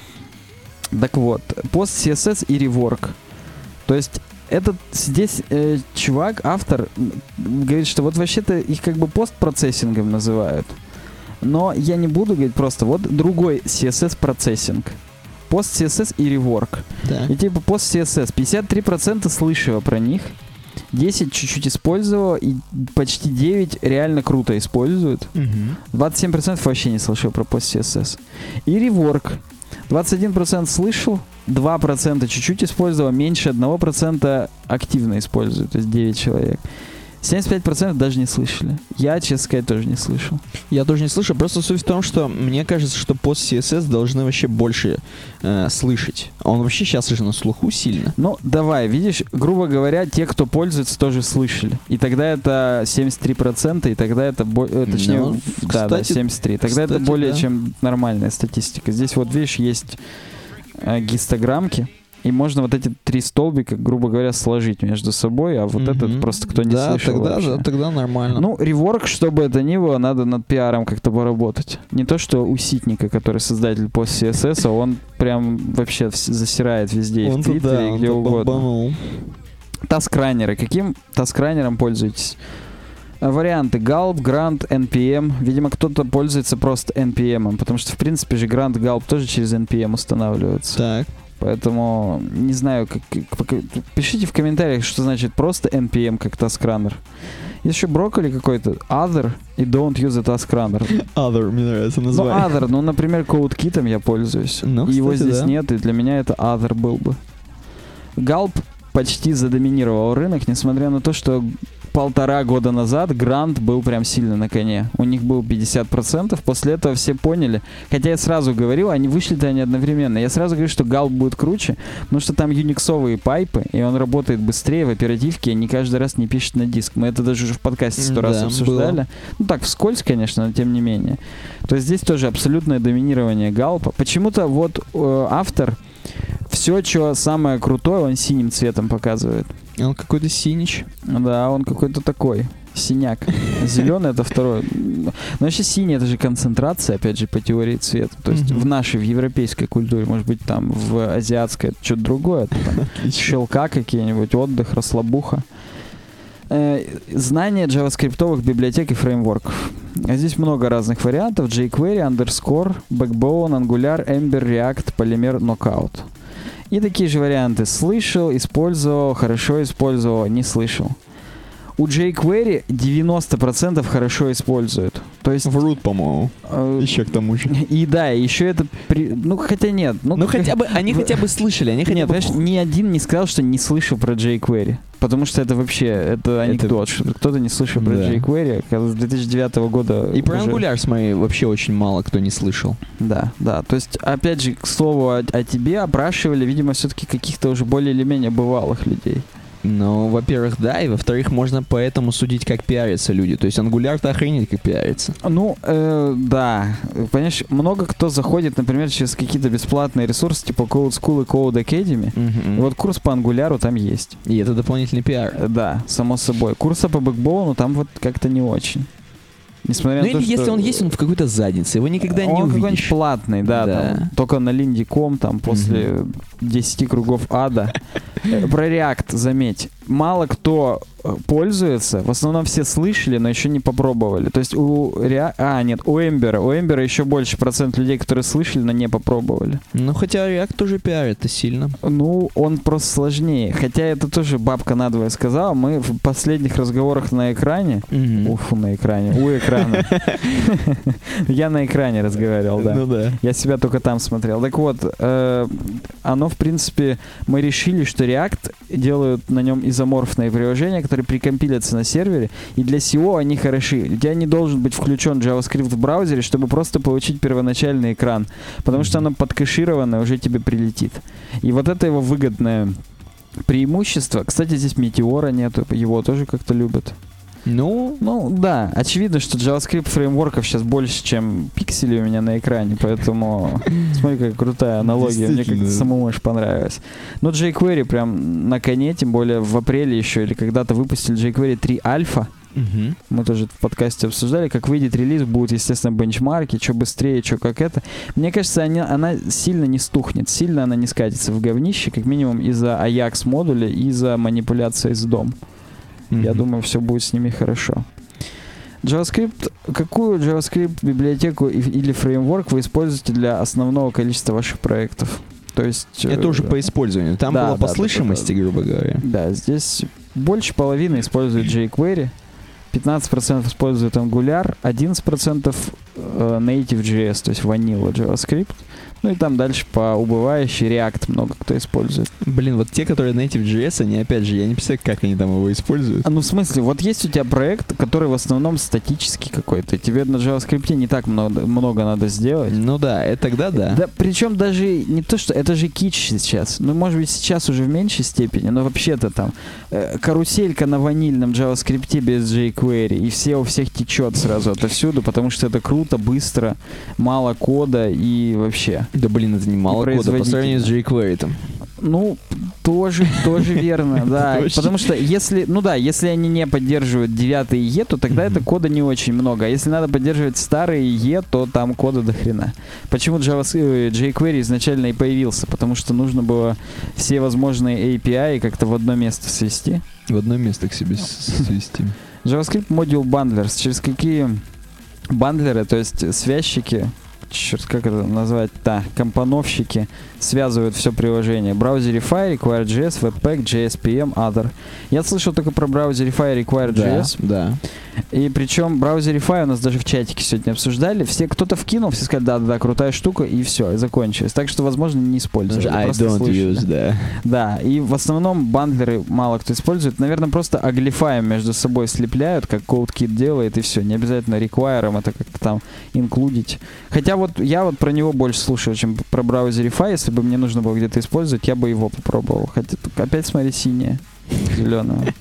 Так вот, пост си эс эс и реворк. То есть этот здесь э, чувак, автор, говорит, что вот вообще-то их как бы постпроцессингом называют. Но я не буду говорить просто, вот другой си эс эс-процессинг. Пост си эс эс и реворк. Да. И типа пост си эс эс. пятьдесят три процента слышала про них, десять чуть-чуть использовала, и почти девять реально круто используют. Угу. двадцать семь процентов вообще не слышал про пост си эс эс. И реворк. двадцать один процент слышал, два процента чуть-чуть использовал, меньше одного процента активно используют, то есть девять человек. семьдесят пять процентов даже не слышали. Я, честно сказать, тоже не слышал. Я тоже не слышал. Просто суть в том, что мне кажется, что пост си эс эс должны вообще больше э, слышать. Он вообще сейчас уже на слуху сильно. Ну, давай, видишь, грубо говоря, те, кто пользуется, тоже слышали. И тогда это семьдесят три процента, и тогда это, бо- э, точнее, ну, да, кстати, да, семьдесят три. Тогда кстати, это более да. чем нормальная статистика. Здесь вот, видишь, есть э, гистограммки. И можно вот эти три столбика, грубо говоря, сложить между собой, а вот mm-hmm. этот просто кто не да, слышал тогда, вообще. Да, тогда нормально. Ну, реворк, что бы это ни было, надо над пиаром как-то поработать. Не то, что у Ситника, который создатель пост си эс эс, он прям вообще вс- засирает везде, и в Твиттере, и где угодно. Бомбанул. Таскранеры. Каким таскранером пользуетесь? Варианты Gulp, Grunt, эн пи эм. Видимо, кто-то пользуется просто эн пи эм, потому что, в принципе же, Grunt, Gulp тоже через эн пи эм устанавливаются. Так. Поэтому, не знаю, как, как, пишите в комментариях, что значит просто эн пи эм как TaskRunner. Есть еще брокколи какой-то, Other и Don't use a TaskRunner. Other, мне нравится название. Ну, Other, ну, например, CodeKit'ом я пользуюсь. Ну, и кстати, его здесь да. нет, и для меня это Other был бы. Gulp почти задоминировал рынок, несмотря на то, что полтора года назад Grunt был прям сильно на коне. У них был пятьдесят процентов. После этого все поняли. Хотя я сразу говорил, они вышли-то они одновременно. Я сразу говорю, что Gulp будет круче, потому что там юниксовые пайпы, и он работает быстрее в оперативке, и не каждый раз не пишет на диск. Мы это даже уже в подкасте сто раз Да, обсуждали. было. Ну так, вскользь, конечно, но тем не менее. То есть здесь тоже абсолютное доминирование Gulp. Почему-то вот э, автор все, что самое крутое, он синим цветом показывает. Он какой-то синич. Да, он какой-то такой. Синяк. Зеленый это второй. Но вообще синий это же концентрация, опять же, по теории цвета. То есть Мгм. в нашей, в европейской культуре, может быть, там в азиатской это что-то другое. Это, там, щелка какие-нибудь, отдых, расслабуха. Э, знание джаваскриптовых библиотек и фреймворков. А здесь много разных вариантов. jQuery, Underscore, Backbone, Angular, Ember, React, Polymer, Knockout. И такие же варианты. Слышал, использовал, хорошо использовал, не слышал. У jQuery девяносто процентов хорошо используют. То есть... Врут, по-моему. э, Еще к тому же. И да, еще это... При... Ну, хотя нет. Ну, Ну, как- хотя бы, они хотя бы слышали, они хотя Нет, бы... понимаешь, ни один не сказал, что не слышал про jQuery. Потому что это вообще, это анекдот, что кто-то не слышал про Да. jQuery, когда с две тысячи девятого года... И про уже- Angular, смотри, вообще очень мало кто не слышал. Да, да. То есть, опять же, к слову о, о тебе опрашивали, видимо, все-таки каких-то уже более или менее бывалых людей. Ну, во-первых, да, и во-вторых, можно поэтому судить, как пиарятся люди. То есть Angular-то охренеть, как пиарится. Ну, э, да. Понимаешь, много кто заходит, например, через какие-то бесплатные ресурсы, типа Code School и Code Academy. Мгм. И вот курс по Angular там есть. И это дополнительный пиар. Э, Да, само собой. Курса по Backbone там вот как-то не очень. Несмотря Ну на то, или если что он есть, он в какой-то заднице, его никогда не он какой-нибудь увидишь. платный, да, Да. там, только на линде точка ком, там, после десяти кругов ада. Э, Про React, заметь, мало кто э, пользуется, в основном все слышали, но еще не попробовали. То есть у Rea... А, нет, у Ember, у Ember еще больше процент людей, которые слышали, но не попробовали. Ну хотя React тоже пиарит-то сильно. Ну, он просто сложнее. Хотя это тоже бабка надвое сказала. Мы в последних разговорах на экране... Мгм. Уф, на экране. У экрана. Я на экране разговаривал, да. Ну да. Я себя только там смотрел. Так вот, э, оно, в принципе, мы решили, что React делают на нем изоморфные приложения, которые прикомпилятся на сервере, и для сего они хороши. У тебя не должен быть включен JavaScript в браузере, чтобы просто получить первоначальный экран, потому что оно подкэшированное уже тебе прилетит. И вот это его выгодное преимущество. Кстати, здесь Метеора нету, его тоже как-то любят. Ну, Ну, да, очевидно, что JavaScript фреймворков сейчас больше, чем пикселей у меня на экране, поэтому смотри, какая крутая аналогия, мне как-то Действительно. самому аж понравилось. Но jQuery прям на коне, тем более в апреле еще, или когда-то выпустили jQuery три альфа, мгм. мы тоже в подкасте обсуждали, как выйдет релиз, будут, естественно, бенчмарки, что быстрее, что как это. Мне кажется, они, она сильно не стухнет, сильно она не скатится в говнище, как минимум из-за Ajax модуля и из-за манипуляции с дом. Я Мгм. думаю, все будет с ними хорошо. JavaScript, какую JavaScript библиотеку и- или фреймворк вы используете для основного количества ваших проектов? То есть... Это э, уже по использованию. Там да, было да, по да, слышимости, да, да. грубо говоря. Да, здесь больше половины используют jQuery, пятнадцать процентов используют Angular, одиннадцать процентов э, Native.js, то есть Vanilla JavaScript. Ну и там дальше по убывающей React много кто использует. Блин, вот те, которые Native.js, они, опять же, я не представляю, как они там его используют. А, ну, в смысле, вот есть у тебя проект, который в основном статический какой-то. Тебе на JavaScript не так много, много надо сделать. Ну да, это тогда да. Да, причем даже не то, что это же кич сейчас. Ну, может быть, сейчас уже в меньшей степени, но вообще-то там э, каруселька на ванильном JavaScript без jQuery, и все у всех течет сразу отовсюду, потому что это круто, быстро, мало кода и вообще. Да блин, это не мало кода по сравнению с jQuery там. Ну, тоже, тоже верно, да. Точно. Потому что если, ну да, если они не поддерживают девятый Е, то тогда Мгм. это кода не очень много. А если надо поддерживать старые Е, то там кода до хрена. Почему JavaScript, jQuery изначально и появился? Потому что нужно было все возможные эй пи ай как-то в одно место свести. В одно место к себе с- свести. JavaScript Module Bundlers. Через какие бандлеры, то есть связчики, черт, как это назвать, да, компоновщики связывают все приложение. Browserify, Require.js, Webpack, джей эс пи эм, Other. Я слышал только про Browserify и Require.js. Да, да. И причем Browserify у нас даже в чатике сегодня обсуждали. Все, кто-то вкинул, все сказали, да-да-да, крутая штука, и все, и закончилось. Так что, возможно, не использовали. I don't слышали. use, да. Да, и в основном бандлеры мало кто использует. Наверное, просто аглифаем между собой слепляют, как CodeKit делает, и все. Не обязательно require это как-то там инклюдить. Хотя вот я вот про него больше слушаю, чем про Browserify. Если бы мне нужно было где-то использовать, я бы его попробовал. Хотя опять смотри, синее, зеленое.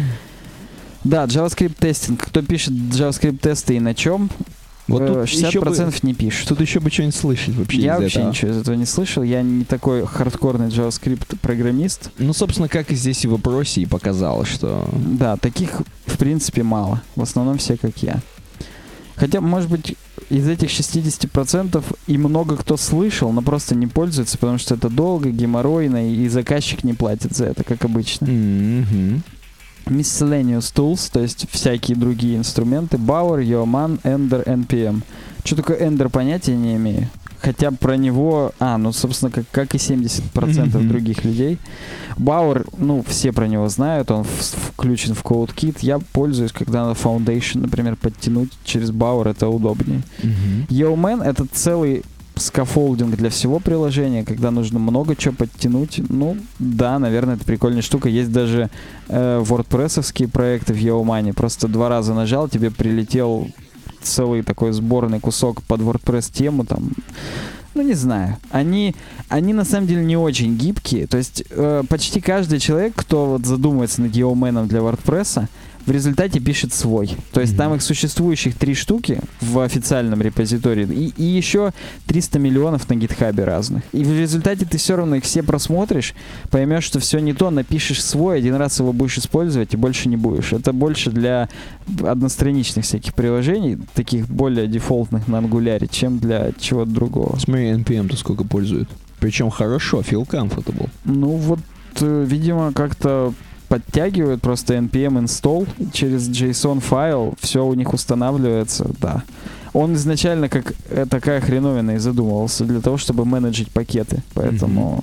Да, JavaScript тестинг. Кто пишет JavaScript тесты и на чем? Вот тут шестьдесят процентов бы, не пишет. Тут еще бы что-нибудь слышать вообще. Я из вообще этого. ничего из этого не слышал. Я не такой хардкорный JavaScript программист. Ну, собственно, как и здесь и в вопросе и показалось, что... Да, таких в принципе мало. В основном все как я. Хотя, может быть, из этих шестьдесят процентов и много кто слышал, но просто не пользуется, потому что это долго, геморройно, и заказчик не платит за это, как обычно. Mm-hmm. Miscellaneous Tools, то есть всякие другие инструменты. Bower, Yeoman, Ender, эн пи эм. Что такое Ender, понятия не имею. Хотя про него... А, ну, собственно, как, как и семьдесят процентов mm-hmm. других людей. Bower, ну, все про него знают, он в, включен в CodeKit. Я пользуюсь, когда надо Foundation, например, подтянуть через Bower, это удобнее. Mm-hmm. Yeoman — это целый скаффолдинг для всего приложения, когда нужно много чего подтянуть. Ну, да, наверное, это прикольная штука. Есть даже э, WordPress-овские проекты в Yeoman. Просто два раза нажал, тебе прилетел целый такой сборный кусок под WordPress-тему, там, ну, не знаю. Они, они на самом деле не очень гибкие. То есть э, почти каждый человек, кто вот задумывается над Yeoman для WordPress, в результате пишет свой. То есть mm-hmm. там их существующих три штуки в официальном репозитории и, и еще триста миллионов на гитхабе разных. И в результате ты все равно их все просмотришь, поймешь, что все не то, напишешь свой, один раз его будешь использовать и больше не будешь. Это больше для одностраничных всяких приложений, таких более дефолтных на ангуляре, чем для чего-то другого. Смотри, эн пи эм-то сколько пользует. Причем хорошо, feel comfortable. Ну вот, видимо, как-то подтягивают просто эн пи эм install через JSON файл, все у них устанавливается, да. Он изначально как э, такая хреновина и задумывался для того, чтобы менеджить пакеты, поэтому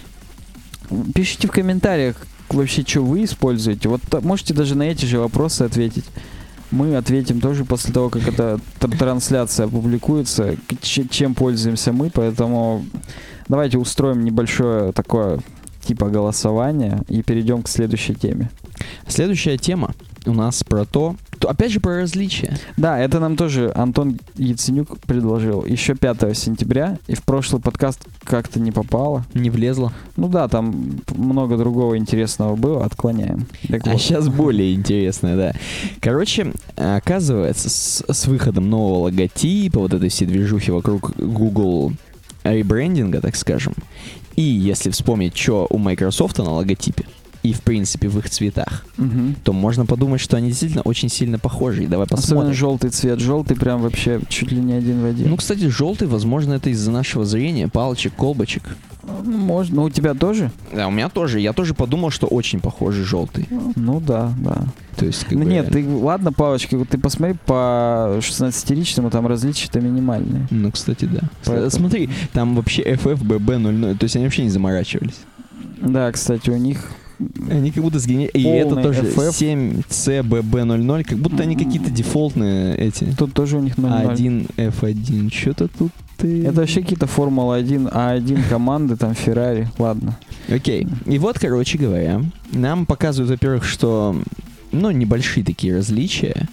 mm-hmm. пишите в комментариях вообще, что вы используете, вот можете даже на эти же вопросы ответить. Мы ответим тоже после того, как эта тр- трансляция опубликуется, ч- чем пользуемся мы, поэтому давайте устроим небольшое такое типа голосования и перейдем к следующей теме. Следующая тема у нас про то, то опять же про различия. Да, это нам тоже Антон Яценюк предложил еще пятого сентября, и в прошлый подкаст как-то не попало. Не влезло. Ну да, там много другого интересного было, отклоняем. Так а вот. сейчас более интересное, да. Короче, оказывается, с, с выходом нового логотипа, вот этой всей движухи вокруг Google ребрендинга, так скажем, и если вспомнить, что у Microsoft на логотипе, и, в принципе, в их цветах, угу. то можно подумать, что они действительно очень сильно похожи. И давай посмотрим. Особенно желтый цвет. Желтый прям вообще чуть ли не один в один. Ну, кстати, желтый, возможно, это из-за нашего зрения, палочек, колбочек. Ну, можно. Ну, у тебя тоже? Да, у меня тоже. Я тоже подумал, что очень похожий желтый. Ну, да, да. То есть, как ну, бы... Нет, ты, ладно, палочки, ты посмотри, по шестнадцатиричному там различия-то минимальные. Ну, кстати, да. Поэтому... Смотри, там вообще эф эф би би ноль ноль, то есть они вообще не заморачивались. Да, кстати, у них... Они как будто сгенерировали. И это тоже эф эф. семь си би би ноль ноль, как будто они какие-то дефолтные эти. Тут тоже у них ноль ноль. один эф один, что-то тут ты... Это вообще какие-то Формула один, а один команды, там Феррари, ладно. Окей. И вот, короче говоря, нам показывают, во-первых, что, ну, небольшие такие различия.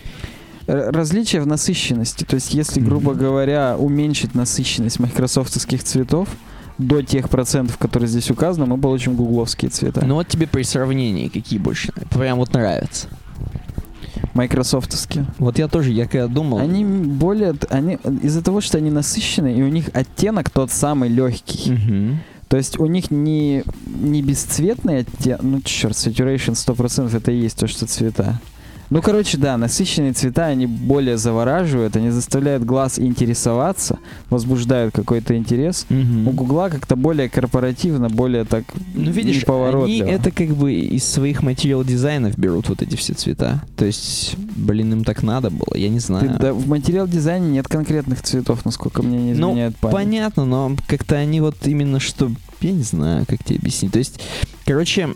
Различия в насыщенности. То есть, если, грубо mm-hmm. говоря, уменьшить насыщенность майкрософтовских цветов до тех процентов, которые здесь указаны, мы получим гугловские цвета. Ну вот тебе при сравнении какие больше прям вот нравятся? Майкрософтовские. Вот я тоже, я когда думал... Они более... Они, из-за того, что они насыщенные, и у них оттенок тот самый легкий. Mm-hmm. То есть у них не, не бесцветный оттенок... Ну, черт, saturation сто процентов это и есть то, что цвета. Ну, короче, да, насыщенные цвета, они более завораживают, они заставляют глаз интересоваться, возбуждают какой-то интерес. Мгм. У Гугла как-то более корпоративно, более так Ну, видишь, они неповоротливо. это как бы из своих материал-дизайнов берут вот эти все цвета. То есть, блин, им так надо было, я не Ты- знаю. да, в материал-дизайне нет конкретных цветов, насколько мне не Ну, изменяет память. понятно, но как-то они вот именно что... Я не знаю, как тебе объяснить. То есть, короче,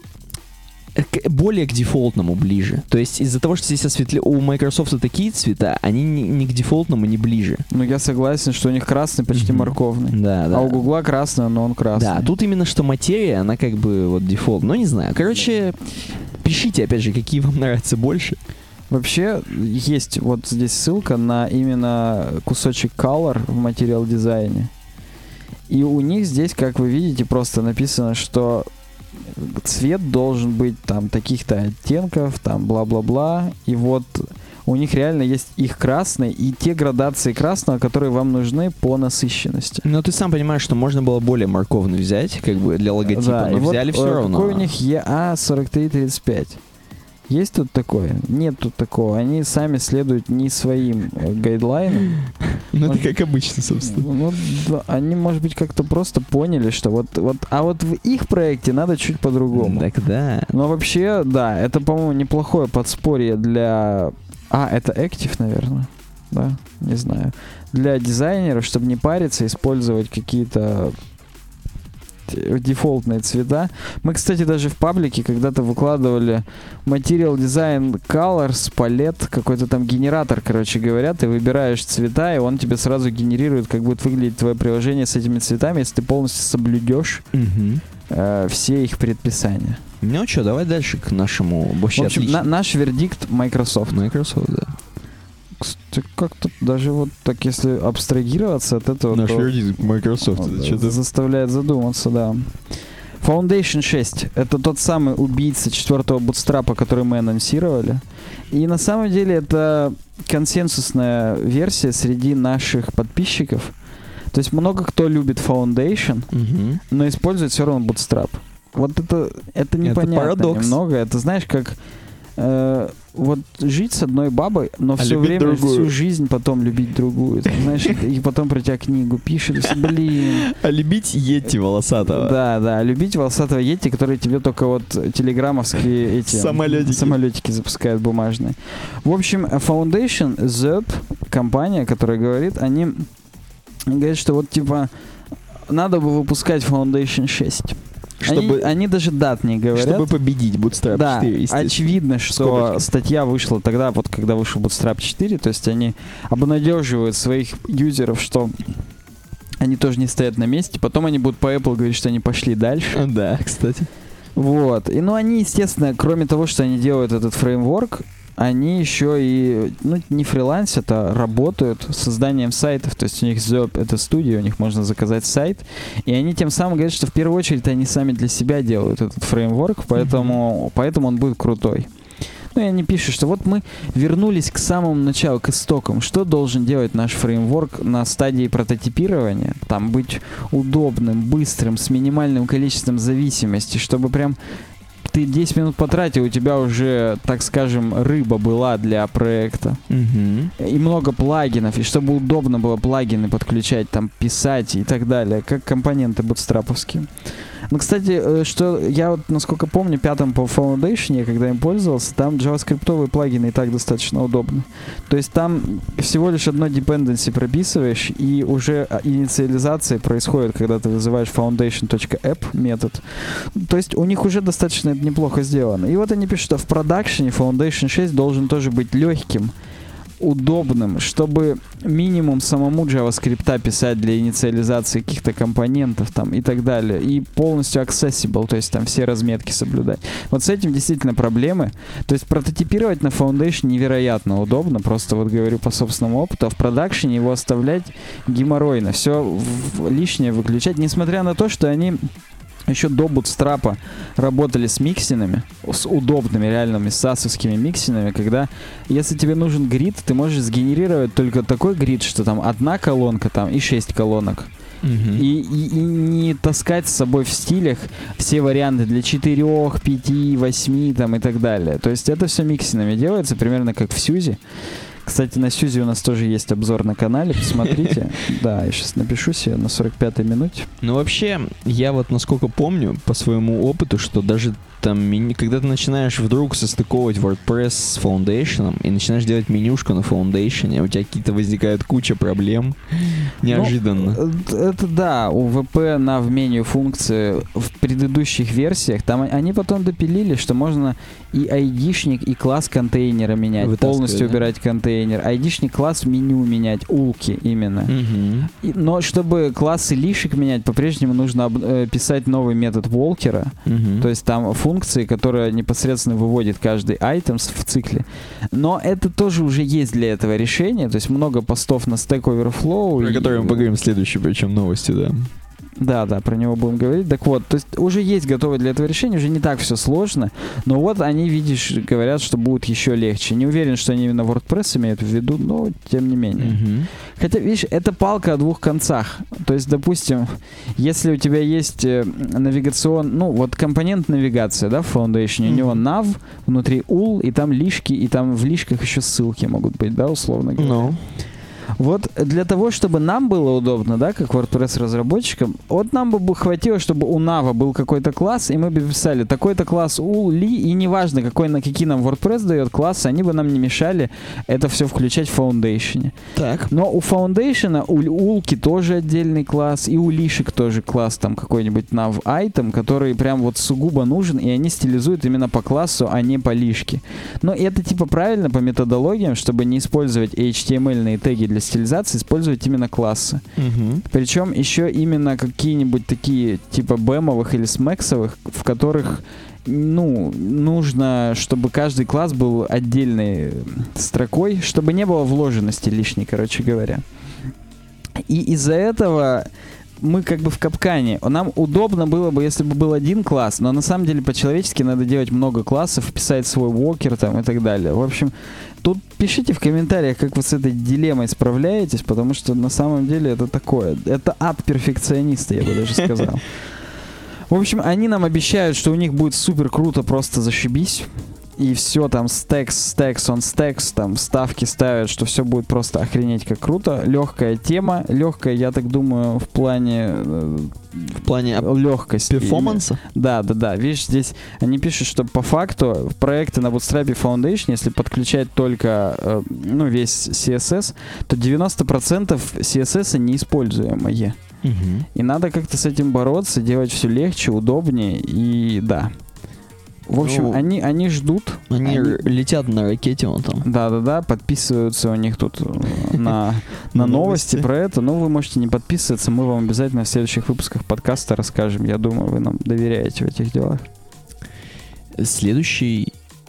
к- более к дефолтному ближе. То есть из-за того, что здесь осветле... у Microsoft такие цвета, они не, не к дефолтному, не ближе. Ну, я согласен, что у них красный почти Мгм. морковный. Да, да. А у Гугла красный, но он красный. Да, тут именно что материя, она как бы вот дефолт. Ну, не знаю. Короче, пишите, опять же, какие вам нравятся больше. Вообще, есть вот здесь ссылка на именно кусочек color в материал-дизайне. И у них здесь, как вы видите, просто написано, что цвет должен быть там таких-то оттенков, там бла-бла-бла. И вот у них реально есть их красный и те градации красного, которые вам нужны по насыщенности. Но ты сам понимаешь, что можно было более морковный взять, как бы для логотипа, Да, но и вот, взяли все э, равно. Какой у них и а сорок три тридцать пять? Есть тут такое? Нет тут такого. Они сами следуют не своим э, гайдлайнам. Ну, Может- это как обычно, собственно. Ну, да, они, может быть, как-то просто поняли, что вот, вот, а вот в их проекте надо чуть по-другому. Так да. Но вообще, да, это, по-моему, неплохое подспорье для... А, это Active, наверное. Да, не знаю. Для дизайнеров, чтобы не париться, использовать какие-то т- дефолтные цвета. Мы, кстати, даже в паблике когда-то выкладывали Material Design Colors, палет, какой-то там генератор, короче говоря. Ты выбираешь цвета, и он тебе сразу генерирует, как будет выглядеть твое приложение с этими цветами, если ты полностью соблюдешь Мгм. э, все их предписания. Ну что, давай дальше к нашему В вообще общем, на- наш вердикт Microsoft. Microsoft, да. Кстати, как-то даже вот так, если абстрагироваться от этого, Наш то вердикт Microsoft. он, Это э, что-то... заставляет задуматься, да. Foundation шесть — это тот самый убийца четвертого бутстрапа, который мы анонсировали. И на самом деле это консенсусная версия среди наших подписчиков. То есть много кто любит Foundation, Мгм. но использует все равно Bootstrap. Вот это, это непонятно парадокс. немного. Это знаешь, как э, вот жить с одной бабой, но А все любить время, другую. всю жизнь потом любить другую. Ты знаешь, и потом про тебя книгу пишет, и все, блин. А любить Йети волосатого. Да, да, любить волосатого Йети, который тебе только вот телеграммовские эти Самолетики. самолетики запускают бумажные. В общем, Foundation, зэп, компания, которая говорит, они говорят, что вот типа надо бы выпускать Foundation шесть. Чтобы, Они, они даже дат не говорят. чтобы победить Bootstrap Да, четыре, естественно. очевидно, что Скобочки. статья вышла тогда, вот когда вышел Bootstrap четыре, то есть они обнадеживают своих юзеров, что они тоже не стоят на месте, потом они будут по Apple говорить, что они пошли дальше. Да, кстати. Вот. И ну они, естественно, кроме того, что они делают этот фреймворк, они еще и, ну, не фрилансят, а работают с созданием сайтов. То есть у них зэп — это студия, у них можно заказать сайт. И они тем самым говорят, что в первую очередь они сами для себя делают этот фреймворк, поэтому, поэтому он будет крутой. Ну и они пишут, что вот мы вернулись к самому началу, к истокам. Что должен делать наш фреймворк на стадии прототипирования? Там быть удобным, быстрым, с минимальным количеством зависимости, чтобы прям ты десять минут потратил, у тебя уже, так скажем, рыба была для проекта. Мгм. И много плагинов, и чтобы удобно было плагины подключать, там, писать и так далее, как компоненты бутстраповские. Ну, кстати, э, что я вот, насколько помню, пятым по Foundation, я когда им пользовался, там джаваскриптовые плагины и так достаточно удобны. То есть там всего лишь одно dependency прописываешь, и уже а, инициализация происходит, когда ты вызываешь foundation.app метод. То есть у них уже достаточно это неплохо сделано. И вот они пишут, что в продакшене Foundation шесть должен тоже быть легким, удобным, чтобы минимум самому JavaScript писать для инициализации каких-то компонентов там и так далее, и полностью accessible, то есть там все разметки соблюдать. Вот с этим действительно проблемы. То есть прототипировать на Foundation невероятно удобно, просто вот говорю по собственному опыту, а в продакшене его оставлять геморройно, все лишнее выключать, несмотря на то, что они еще до бутстрапа работали с миксинами, с удобными реальными сасовскими миксинами, когда, если тебе нужен грид, ты можешь сгенерировать только такой грид, что там одна колонка там и шесть колонок. Мгм. И, и, и не таскать с собой в стилях все варианты для четырех, пяти, восьми там и так далее. То есть это все миксинами делается, примерно как в Сьюзе. Кстати, на Сьюзе у нас тоже есть обзор на канале, посмотрите. Да, я сейчас напишу себе на сорок пятой минуте. Ну, вообще, я вот насколько помню по своему опыту, что даже там, когда ты начинаешь вдруг состыковывать WordPress с Foundation и начинаешь делать менюшку на Foundation, у тебя какие-то возникают куча проблем неожиданно. Ну, это да, у ви пи на в меню функции в предыдущих версиях, там они потом допилили, что можно и айдишник, и класс контейнера менять, полностью да? убирать контейнер. Айдишник, класс, меню менять, улки именно. Угу. И, но чтобы классы лишек менять, по-прежнему нужно э, писать новый метод Walker, угу. то есть там функции, которая непосредственно выводит каждый айтем в цикле. Но это тоже уже есть для этого решение, то есть много постов на Stack Overflow. Про и... которые мы поговорим в следующей, причем новости, да. Да, да, про него будем говорить. Так вот, то есть уже есть готовое для этого решение, уже не так все сложно, но вот они, видишь, говорят, что будет еще легче. Не уверен, что они именно WordPress имеют в виду, но тем не менее. Mm-hmm. Хотя, видишь, это палка о двух концах. То есть, допустим, если у тебя есть навигацион, ну, вот компонент навигация, да, в Foundation, mm-hmm. у него nav, внутри ул, и там лишки, и там в лишках еще ссылки могут быть, да, условно говоря. No. Вот для того, чтобы нам было удобно, да, как WordPress-разработчикам, вот нам бы хватило, чтобы у Nav был какой-то класс, и мы бы писали такой-то класс ул, ли, и неважно, какой, на какие нам WordPress дает классы, они бы нам не мешали это все включать в Foundation. Так. Но у Foundation, у улки тоже отдельный класс, и у лишек тоже класс, там какой-нибудь Nav item, который прям вот сугубо нужен, и они стилизуют именно по классу, а не по лишке. Но это типа правильно по методологиям, чтобы не использовать эйч ти эм эль-ные теги для стилизации, использовать именно классы. Угу. Причем еще именно какие-нибудь такие типа бэмовых или смексовых, в которых ну, нужно, чтобы каждый класс был отдельной строкой, чтобы не было вложенности лишней, короче говоря. И из-за этого мы как бы в капкане. Нам удобно было бы, если бы был один класс, но на самом деле по-человечески надо делать много классов, писать свой walker там и так далее. В общем, тут пишите в комментариях, как вы с этой дилеммой справляетесь, потому что на самом деле это такое. Это ад перфекциониста, я бы даже сказал. В общем, они нам обещают, что у них будет супер круто, просто зашибись. И все там stacks, stacks on stacks, там ставки ставят, что все будет просто охренеть как круто. Легкая тема, легкая, я так думаю, в плане в плане легкости. Перформанса? Да, да, да. Видишь, здесь они пишут, что по факту в проекты на Bootstrap Foundation, если подключать только ну, весь си эс эс, то девяносто процентов си эс эс неиспользуемые. Угу. И надо как-то с этим бороться, делать все легче, удобнее и да. В общем, ну, они, они ждут. Они, они летят на ракете вон там. Да-да-да, подписываются у них тут на, на новости про это. Но вы можете не подписываться, мы вам обязательно в следующих выпусках подкаста расскажем. Я думаю, вы нам доверяете в этих делах. Следующий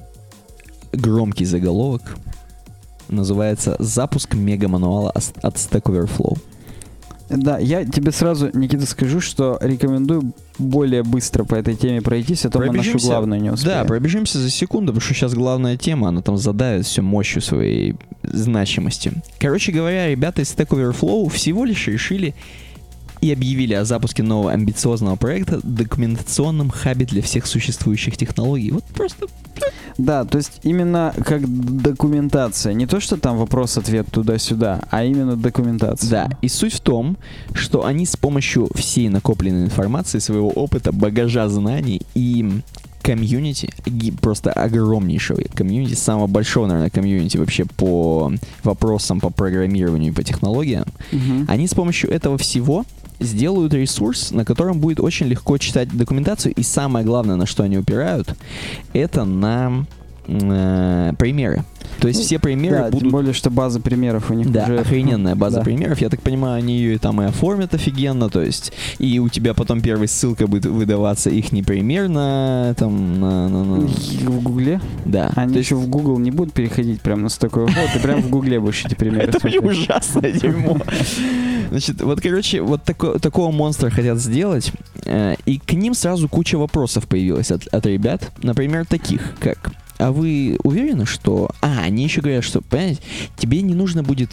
громкий заголовок называется «Запуск мега-мануала от Stack Overflow». Да, я тебе сразу, Никита, скажу, что рекомендую более быстро по этой теме пройтись, а то мы нашу главную не успеем. Да, пробежимся за секунду, потому что сейчас главная тема, она там задавит все мощью своей значимости. Короче говоря, ребята из Stack Overflow всего лишь решили и объявили о запуске нового амбициозного проекта в документационном хабе для всех существующих технологий. Вот просто... Да, то есть именно как документация. Не то, что там вопрос-ответ туда-сюда, а именно документация. Да, и суть в том, что они с помощью всей накопленной информации, своего опыта, багажа знаний и комьюнити, просто огромнейшего комьюнити, самого большого, наверное, комьюнити вообще по вопросам, по программированию и по технологиям, угу. они с помощью этого всего сделают ресурс, на котором будет очень легко читать документацию, и самое главное, на что они упирают, это на э, примеры. То есть все примеры да, будут... тем более, что база примеров у них да, уже... охрененная база да. примеров. Я так понимаю, они ее там и оформят офигенно, то есть и у тебя потом первой ссылкой будет выдаваться их не пример на... Там, на, на, на... В Гугле? Да. Они то еще есть... в Google не будут переходить прям на такой вот, ты прям в Гугле будешь эти примеры смотреть. Это ужасное дерьмо. Значит, вот, короче, вот тако, такого монстра хотят сделать, э, и к ним сразу куча вопросов появилась от, от ребят, например, таких, как... А вы уверены, что... А, они еще говорят, что, понимаете, тебе не нужно будет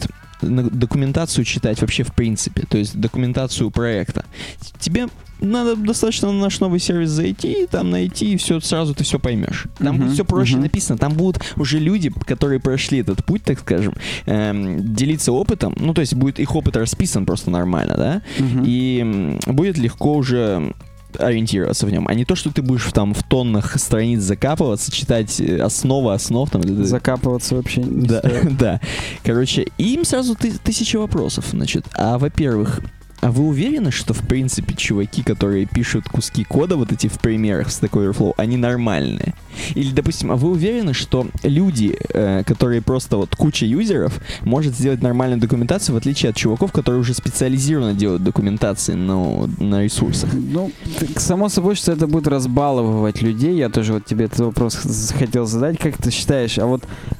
документацию читать вообще в принципе, то есть документацию проекта. Тебе надо достаточно на наш новый сервис зайти, там найти, и все, сразу ты все поймешь. Там uh-huh, будет все проще uh-huh. написано, там будут уже люди, которые прошли этот путь, так скажем, эм, делиться опытом, ну, то есть будет их опыт расписан просто нормально, да, uh-huh. и будет легко уже ориентироваться в нем, а не то, что ты будешь там в тоннах страниц закапываться, читать основы основ. Там, закапываться вообще не да, стоит. Да. Короче, им сразу ты, тысяча вопросов, значит. А, во-первых, а вы уверены, что, в принципе, чуваки, которые пишут куски кода, вот эти в примерах Stack Overflow, они нормальные? Или, допустим, а вы уверены, что люди, э, которые просто вот куча юзеров, может сделать нормальную документацию, в отличие от чуваков, которые уже специализированно делают документации, ну, на ресурсах? Ну, само собой, что это будет разбаловывать людей. Я тоже вот тебе этот вопрос хотел задать. Как ты считаешь, а вот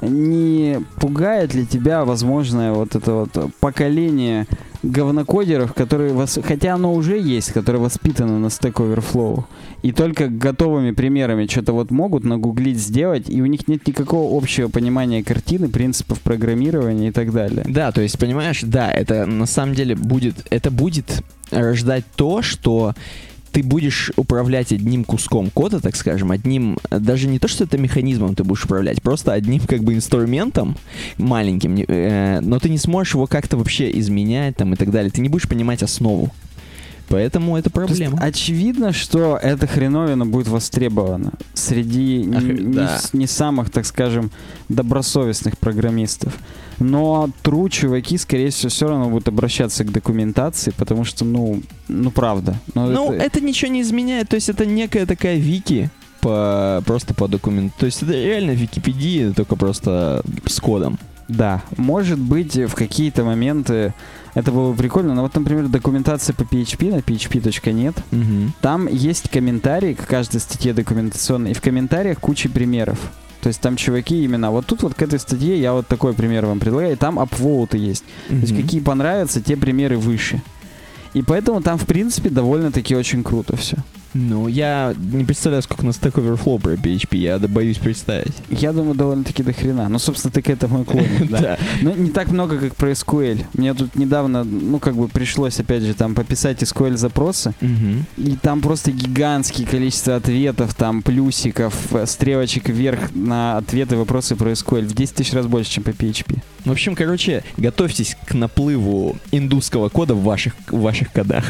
не пугает ли тебя возможное вот это вот поколение говнокодеров, которые, вос... хотя оно уже есть, которые воспитаны на Stack Overflow, и только готовыми примерами что-то вот могут нагуглить, сделать, и у них нет никакого общего понимания картины, принципов программирования и так далее. Да, то есть, понимаешь, да, это на самом деле будет, это будет рождать то, что ты будешь управлять одним куском кода, так скажем, одним, даже не то, что это механизмом ты будешь управлять, просто одним как бы инструментом маленьким, э, но ты не сможешь его как-то вообще изменять там и так далее. Ты не будешь понимать основу. Поэтому это проблема. То есть, очевидно, что эта хреновина будет востребована среди Ах, не, да. не, не самых, так скажем, добросовестных программистов. Но true чуваки, скорее всего, все равно будут обращаться к документации, потому что, ну, ну правда. Ну, ну это... это ничего не изменяет. То есть это некая такая вики по, просто по документу. То есть это реально Википедия, только просто с кодом. Да, может быть, в какие-то моменты это было бы прикольно, но вот, например, документация по пи эйч пи на пи эйч пи точка нет, угу. Там есть комментарии к каждой статье документационной, и в комментариях куча примеров. То есть там чуваки именно вот тут вот к этой статье я вот такой пример вам предлагаю, и там апвоуты есть. Mm-hmm. То есть какие понравятся, те примеры выше. И поэтому там, в принципе, довольно-таки очень круто все. Ну, я не представляю, сколько на Stack Overflow про пи эйч пи, я боюсь представить. Я думаю, довольно-таки до хрена. Ну, собственно, ты к этому и клонишь, да. Но не так много, как про эс ку эль. Мне тут недавно, ну, как бы пришлось, опять же, там пописать эс ку эль-запросы, и там просто гигантское количество ответов, там, плюсиков, стрелочек вверх на ответы, вопросы про эс ку эль в десять тысяч раз больше, чем по пи эйч пи. В общем, короче, готовьтесь к наплыву индусского кода в ваших, в ваших кодах.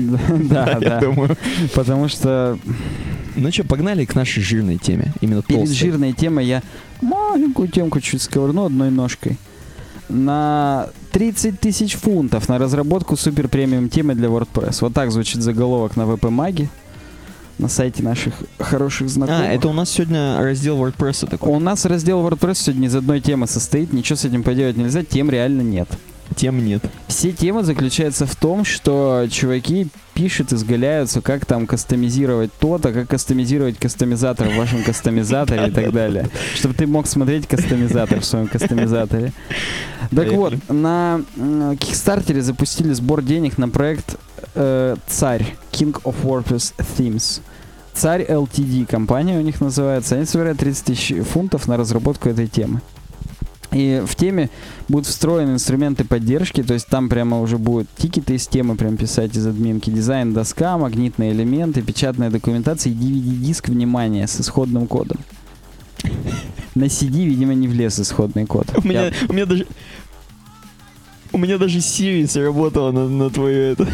Да, да. Потому что... Ну что, погнали к нашей жирной теме. Именно перед жирной темой я маленькую темку чуть сковырну одной ножкой. На тридцать тысяч фунтов на разработку супер премиум темы для WordPress. Вот так звучит заголовок на веб-маге. На сайте наших хороших знакомых. А, это у нас сегодня раздел WordPress такой. У нас раздел WordPress сегодня из одной темы состоит. Ничего с этим поделать нельзя. Тем реально нет. Тем нет. Все темы заключаются в том, что чуваки пишут, изгаляются, как там кастомизировать то-то, как кастомизировать кастомизатор в вашем кастомизаторе и так далее. Чтобы ты мог смотреть кастомизатор в своем кастомизаторе. Так вот, на Kickstarter запустили сбор денег на проект Царь, King of WordPress Themes. Царь эл ти ди компания у них называется. Они собирают тридцать тысяч фунтов на разработку этой темы. И в теме будут встроены инструменты поддержки, то есть там прямо уже будут тикеты из темы прям писать из админки, дизайн доска, магнитные элементы, печатная документация и ди ви ди-диск, внимание, с исходным кодом. На си ди, видимо, не влез исходный код. У меня, у меня даже... У меня даже Siri сработала на, на твою это...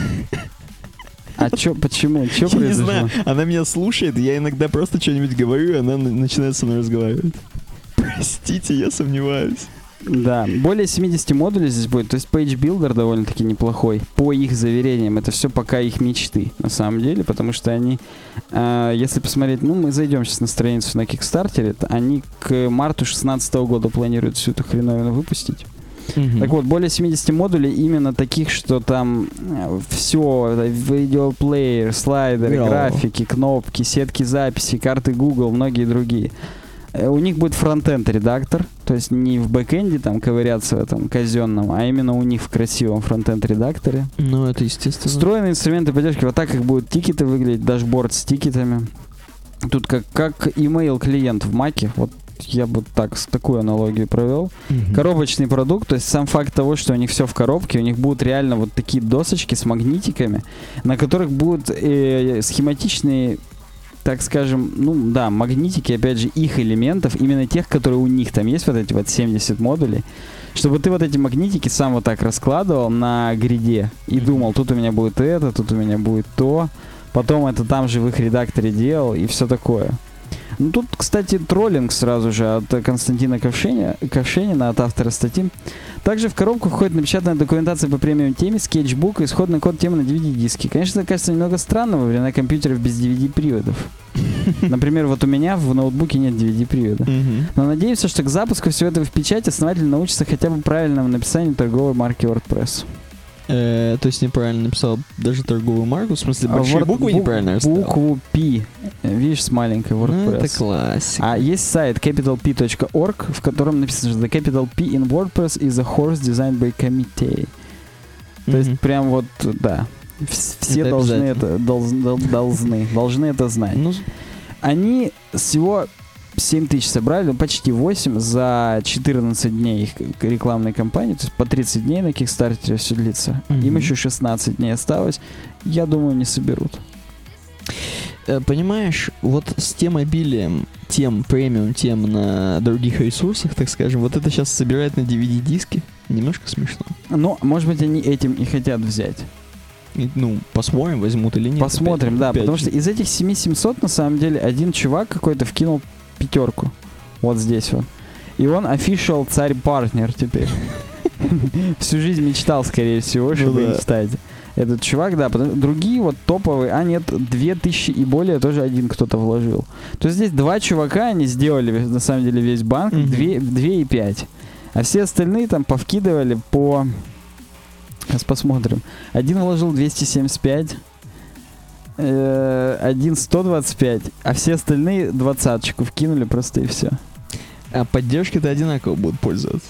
А чё, почему? Чё я произошло? Не знаю, она меня слушает, я иногда просто что-нибудь говорю, и она начинает со мной разговаривать. Простите, я сомневаюсь. Да, более семьдесят модулей здесь будет, то есть Page Builder довольно-таки неплохой. По их заверениям, это все пока их мечты, на самом деле, потому что они, э, если посмотреть, ну, мы зайдем сейчас на страницу на Kickstarter, они к марту шестнадцатого года планируют всю эту хреновину выпустить. Mm-hmm. Так вот, более семьдесят модулей именно таких, что там все, видеоплеер, слайдеры, oh. графики, кнопки, сетки записи, карты Google, многие другие. У них будет фронтенд редактор, то есть не в бэкэнде там ковыряться в этом казенном, а именно у них в красивом фронтенд редакторе. Ну, это естественно. Встроенные инструменты поддержки, вот так как будут тикеты выглядеть, дашборд с тикетами. Тут как, как email клиент в Маке, вот я бы так, с такую аналогию провел. Мгм. Коробочный продукт, то есть сам факт того, что у них все в коробке, у них будут реально вот такие досочки с магнитиками, на которых будут э, схематичные, так скажем, ну да, магнитики, опять же, их элементов, именно тех, которые у них там есть, вот эти вот семьдесят модулей, чтобы ты вот эти магнитики сам вот так раскладывал на гриде и думал, тут у меня будет это, тут у меня будет то, потом это там же в их редакторе делал и все такое. Ну тут, кстати, троллинг сразу же от Константина Ковшенина, Ковшенина, от автора статьи. Также в коробку входит напечатанная документация по премиум теме, скетчбук и исходный код темы на ди ви ди-диске. Конечно, это кажется немного странным во времена компьютеров без ди ви ди-приводов. Например, вот у меня в ноутбуке нет ди ви ди-привода. Мгм. Но надеемся, что к запуску всего этого в печать основатель научится хотя бы правильному написанию торговой марки WordPress. Э, то есть неправильно написал даже торговую марку? В смысле, большие Word- буквы бу- неправильно расставил? Букву P. Видишь, с маленькой Ну, WordPress. это классика. А есть сайт capital p точка org, в котором написано, что the capital P in WordPress is a horse designed by committee. То Мгм. есть прям вот, да, вс- все Это должны обязательно. это, должны, дол- должны, должны это знать. Ну, Они всего семь тысяч собрали, ну, почти восемь за четырнадцать дней их к- рекламной кампании, то есть по тридцать дней на Кикстартере все длится. Мгм. Им еще шестнадцать дней осталось. Я думаю, не соберут. э, понимаешь, вот с тем обилием тем, премиум тем на других ресурсах, так скажем, вот это сейчас собирать на ди ви ди-диске немножко смешно. Но, может быть, они этим и хотят взять. И, ну, посмотрим, возьмут или нет. Посмотрим, опять- да, опять потому же. что из этих семь тысяч семьсот, на самом деле, один чувак какой-то вкинул пятерку. Вот здесь вот. И он official царь-партнер теперь. Всю жизнь мечтал, скорее всего, чтобы да. им стать. Этот чувак, да, потому- другие вот топовые, а нет, две тысячи и более тоже один кто-то вложил. То есть здесь два чувака, они сделали, на самом деле, весь банк, Мгм. две, две и пять. А все остальные там повкидывали по... Сейчас посмотрим. Один вложил двести семьдесят пять, э, один сто двадцать пять, а все остальные двадцаточку вкинули просто и все. А поддержкой-то одинаково будут пользоваться.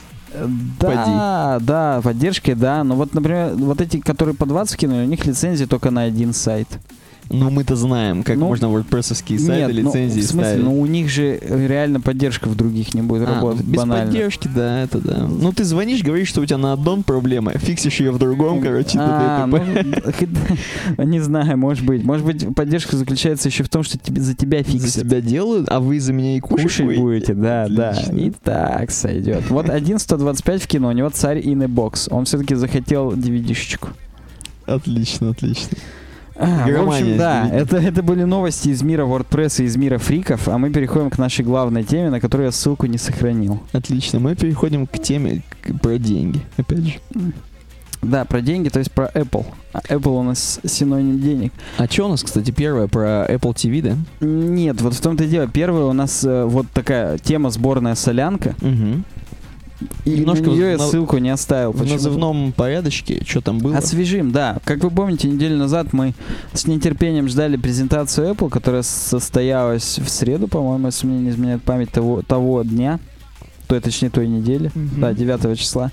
Да, да, поддержкой, да. Но вот, например, вот эти, которые по двадцать кинули, у них лицензии только на один сайт. Ну, мы-то знаем, как Ну, можно вордпрессовские сайты Нет, ну, лицензии в смысле, ставить. ну у них же реально поддержка в других не будет А, работать, ну, без банально. поддержки, да, это да. Ну, ты звонишь, говоришь, что у тебя на одном проблема, фиксишь ее в другом, короче, А, т.д. и т.п. ну, не знаю, может быть. Может быть, поддержка заключается еще в том, что тебе, за тебя За фиксят. тебя делают, а вы за меня и кушать, Кушать будете, да, да. Отлично. И так сойдет. Вот один сто двадцать пять в кино, у него царь Inebox. Он все-таки захотел ди ви ди-шечку. Отлично, отлично. А, в Громания общем, с да, ди ви ди. это, это были новости из мира WordPress и из мира фриков, а мы переходим к нашей главной теме, на которую я ссылку не сохранил. Отлично, мы переходим к теме к- про деньги, опять же. Да, про деньги, то есть про Apple. А Apple у нас синоним денег. А что у нас, кстати, первое про Apple ти ви, да? Нет, вот в том-то и дело. Первое у нас э, вот такая тема сборная солянка. Угу. И Немножко на нее в- я на- ссылку не оставил. В почему-то. назывном порядочке, что там было? Освежим, да. Как вы помните, неделю назад мы с нетерпением ждали презентацию Apple, которая состоялась в среду, по-моему, если мне не изменяет память, того, того дня, то, точнее, той недели, Мгм. да, девятого числа.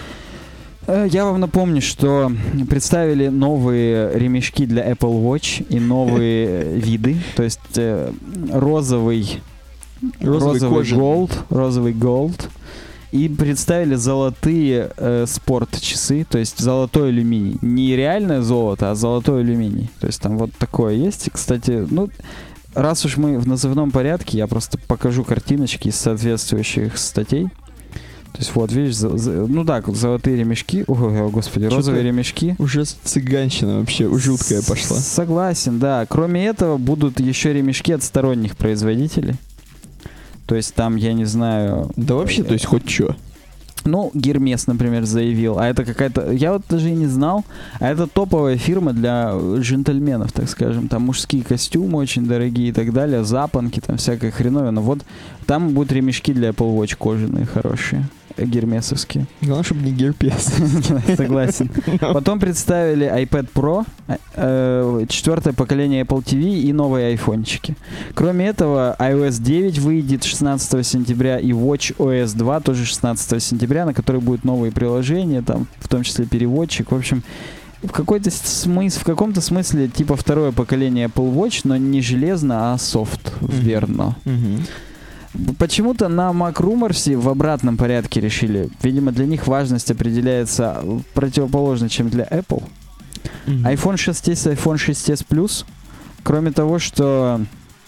Э, Я вам напомню, что представили новые ремешки для Apple Watch и новые э, виды, то есть э, розовый, Розовый розовый кожаный. Gold, розовый Gold. И представили золотые э, спорт-часы, то есть золотой алюминий. Не реальное золото, а золотой алюминий. То есть там вот такое есть. И, кстати, ну, раз уж мы в назывном порядке, я просто покажу картиночки из соответствующих статей. То есть вот, видишь, за- за- ну да, золотые ремешки. Ого, господи, Чё-то розовые ремешки. Уже цыганщина вообще жуткая С- пошла. Согласен, да. Кроме этого, будут еще ремешки от сторонних производителей. То есть там, я не знаю... Да вообще, то есть хоть что. Ну, Гермес, например, заявил. А это какая-то... Я вот даже и не знал. А это топовая фирма для джентльменов, так скажем. Там мужские костюмы очень дорогие и так далее. Запонки, там всякая хреновина. Вот там будут ремешки для Apple Watch кожаные, хорошие. Гермесовские. Главное, чтобы не герпес. Согласен. Потом представили iPad Pro, э, четвертое поколение Apple ти ви и новые айфончики. Кроме этого, iOS девять выйдет шестнадцатого сентября и watchOS два тоже шестнадцатого сентября, на который будут новые приложения, там, в том числе переводчик. В общем, в какой-то смыс- в каком-то смысле типа второе поколение Apple Watch, но не железно, а софт, верно. Мгм. Почему-то на MacRumors в обратном порядке решили. Видимо, для них важность определяется противоположно, чем для Apple. Mm-hmm. iPhone шесть эс, iPhone шесть эс Plus, кроме того, что...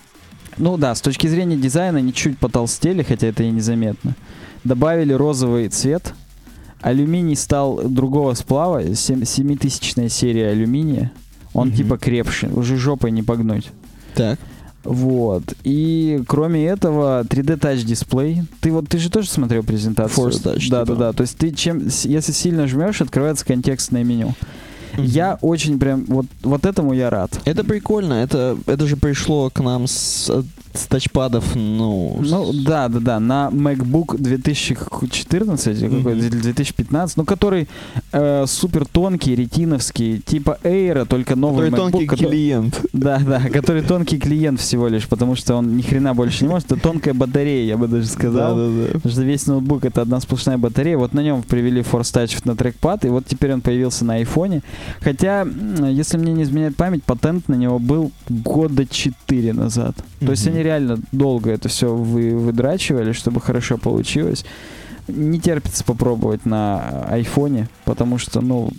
Ну да, с точки зрения дизайна они чуть потолстели, хотя это и незаметно. Добавили розовый цвет. Алюминий стал другого сплава, семитысячная серия алюминия. Он mm-hmm. типа крепший, уже жопой не погнуть. Так. Вот. И кроме этого, три дэ Touch дисплей. Ты вот ты же тоже смотрел презентацию? Force Touch. Да, типа. да, да. То есть ты чем, если сильно жмешь, открывается контекстное меню. Mm-hmm. Я очень прям вот, вот этому я рад. Это прикольно. Это, это же пришло к нам с, с тачпадов, ну... Ну, с... да, да, да. На MacBook две тысячи четырнадцать, mm-hmm. какой, две тысячи пятнадцать, ну, который э, супер тонкий, ретиновский, типа Air, только новый который MacBook. Тонкий который... клиент. Да, да, который тонкий клиент всего лишь, потому что он ни хрена больше не может. Это тонкая батарея, я бы даже сказал. Да, да, да. Потому что весь ноутбук — это одна сплошная батарея. Вот на нем привели Force Touch на трекпад, и вот теперь он появился на айфоне. Хотя, если мне не изменяет память, патент на него был года четыре назад. Mm-hmm. То есть они реально долго это все вы, выдрачивали, чтобы хорошо получилось. Не терпится попробовать на айфоне, потому что, ну,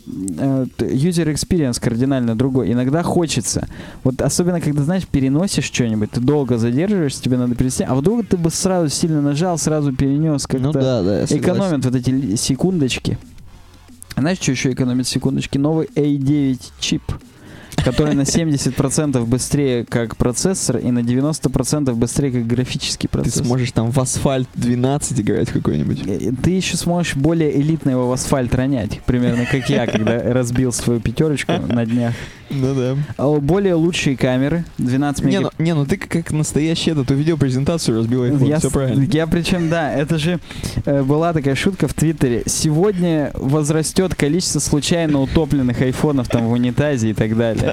user experience кардинально другой. Иногда хочется. Вот особенно, когда, знаешь, переносишь что-нибудь, ты долго задерживаешься, тебе надо перенести, а вдруг ты бы сразу сильно нажал, сразу перенес, как-то ну, да, да, экономят вот эти секундочки. Знаешь, что еще экономит секундочки? Новый эй девять чип, который на семьдесят процентов быстрее как процессор и на девяносто процентов быстрее как графический процессор. Ты сможешь там в Асфальт двенадцать играть какой-нибудь. Ты еще сможешь более элитно его в асфальт ронять, примерно как я, когда разбил свою пятерочку на днях. Ну да. Более лучшие камеры, двенадцать не, мегапикселей. Ну, не, ну ты как настоящий этот увидел презентацию, разбил iPhone, я, все правильно. Я причем, да, это же э, была такая шутка в Твиттере. Сегодня возрастет количество случайно утопленных айфонов там в унитазе и так далее.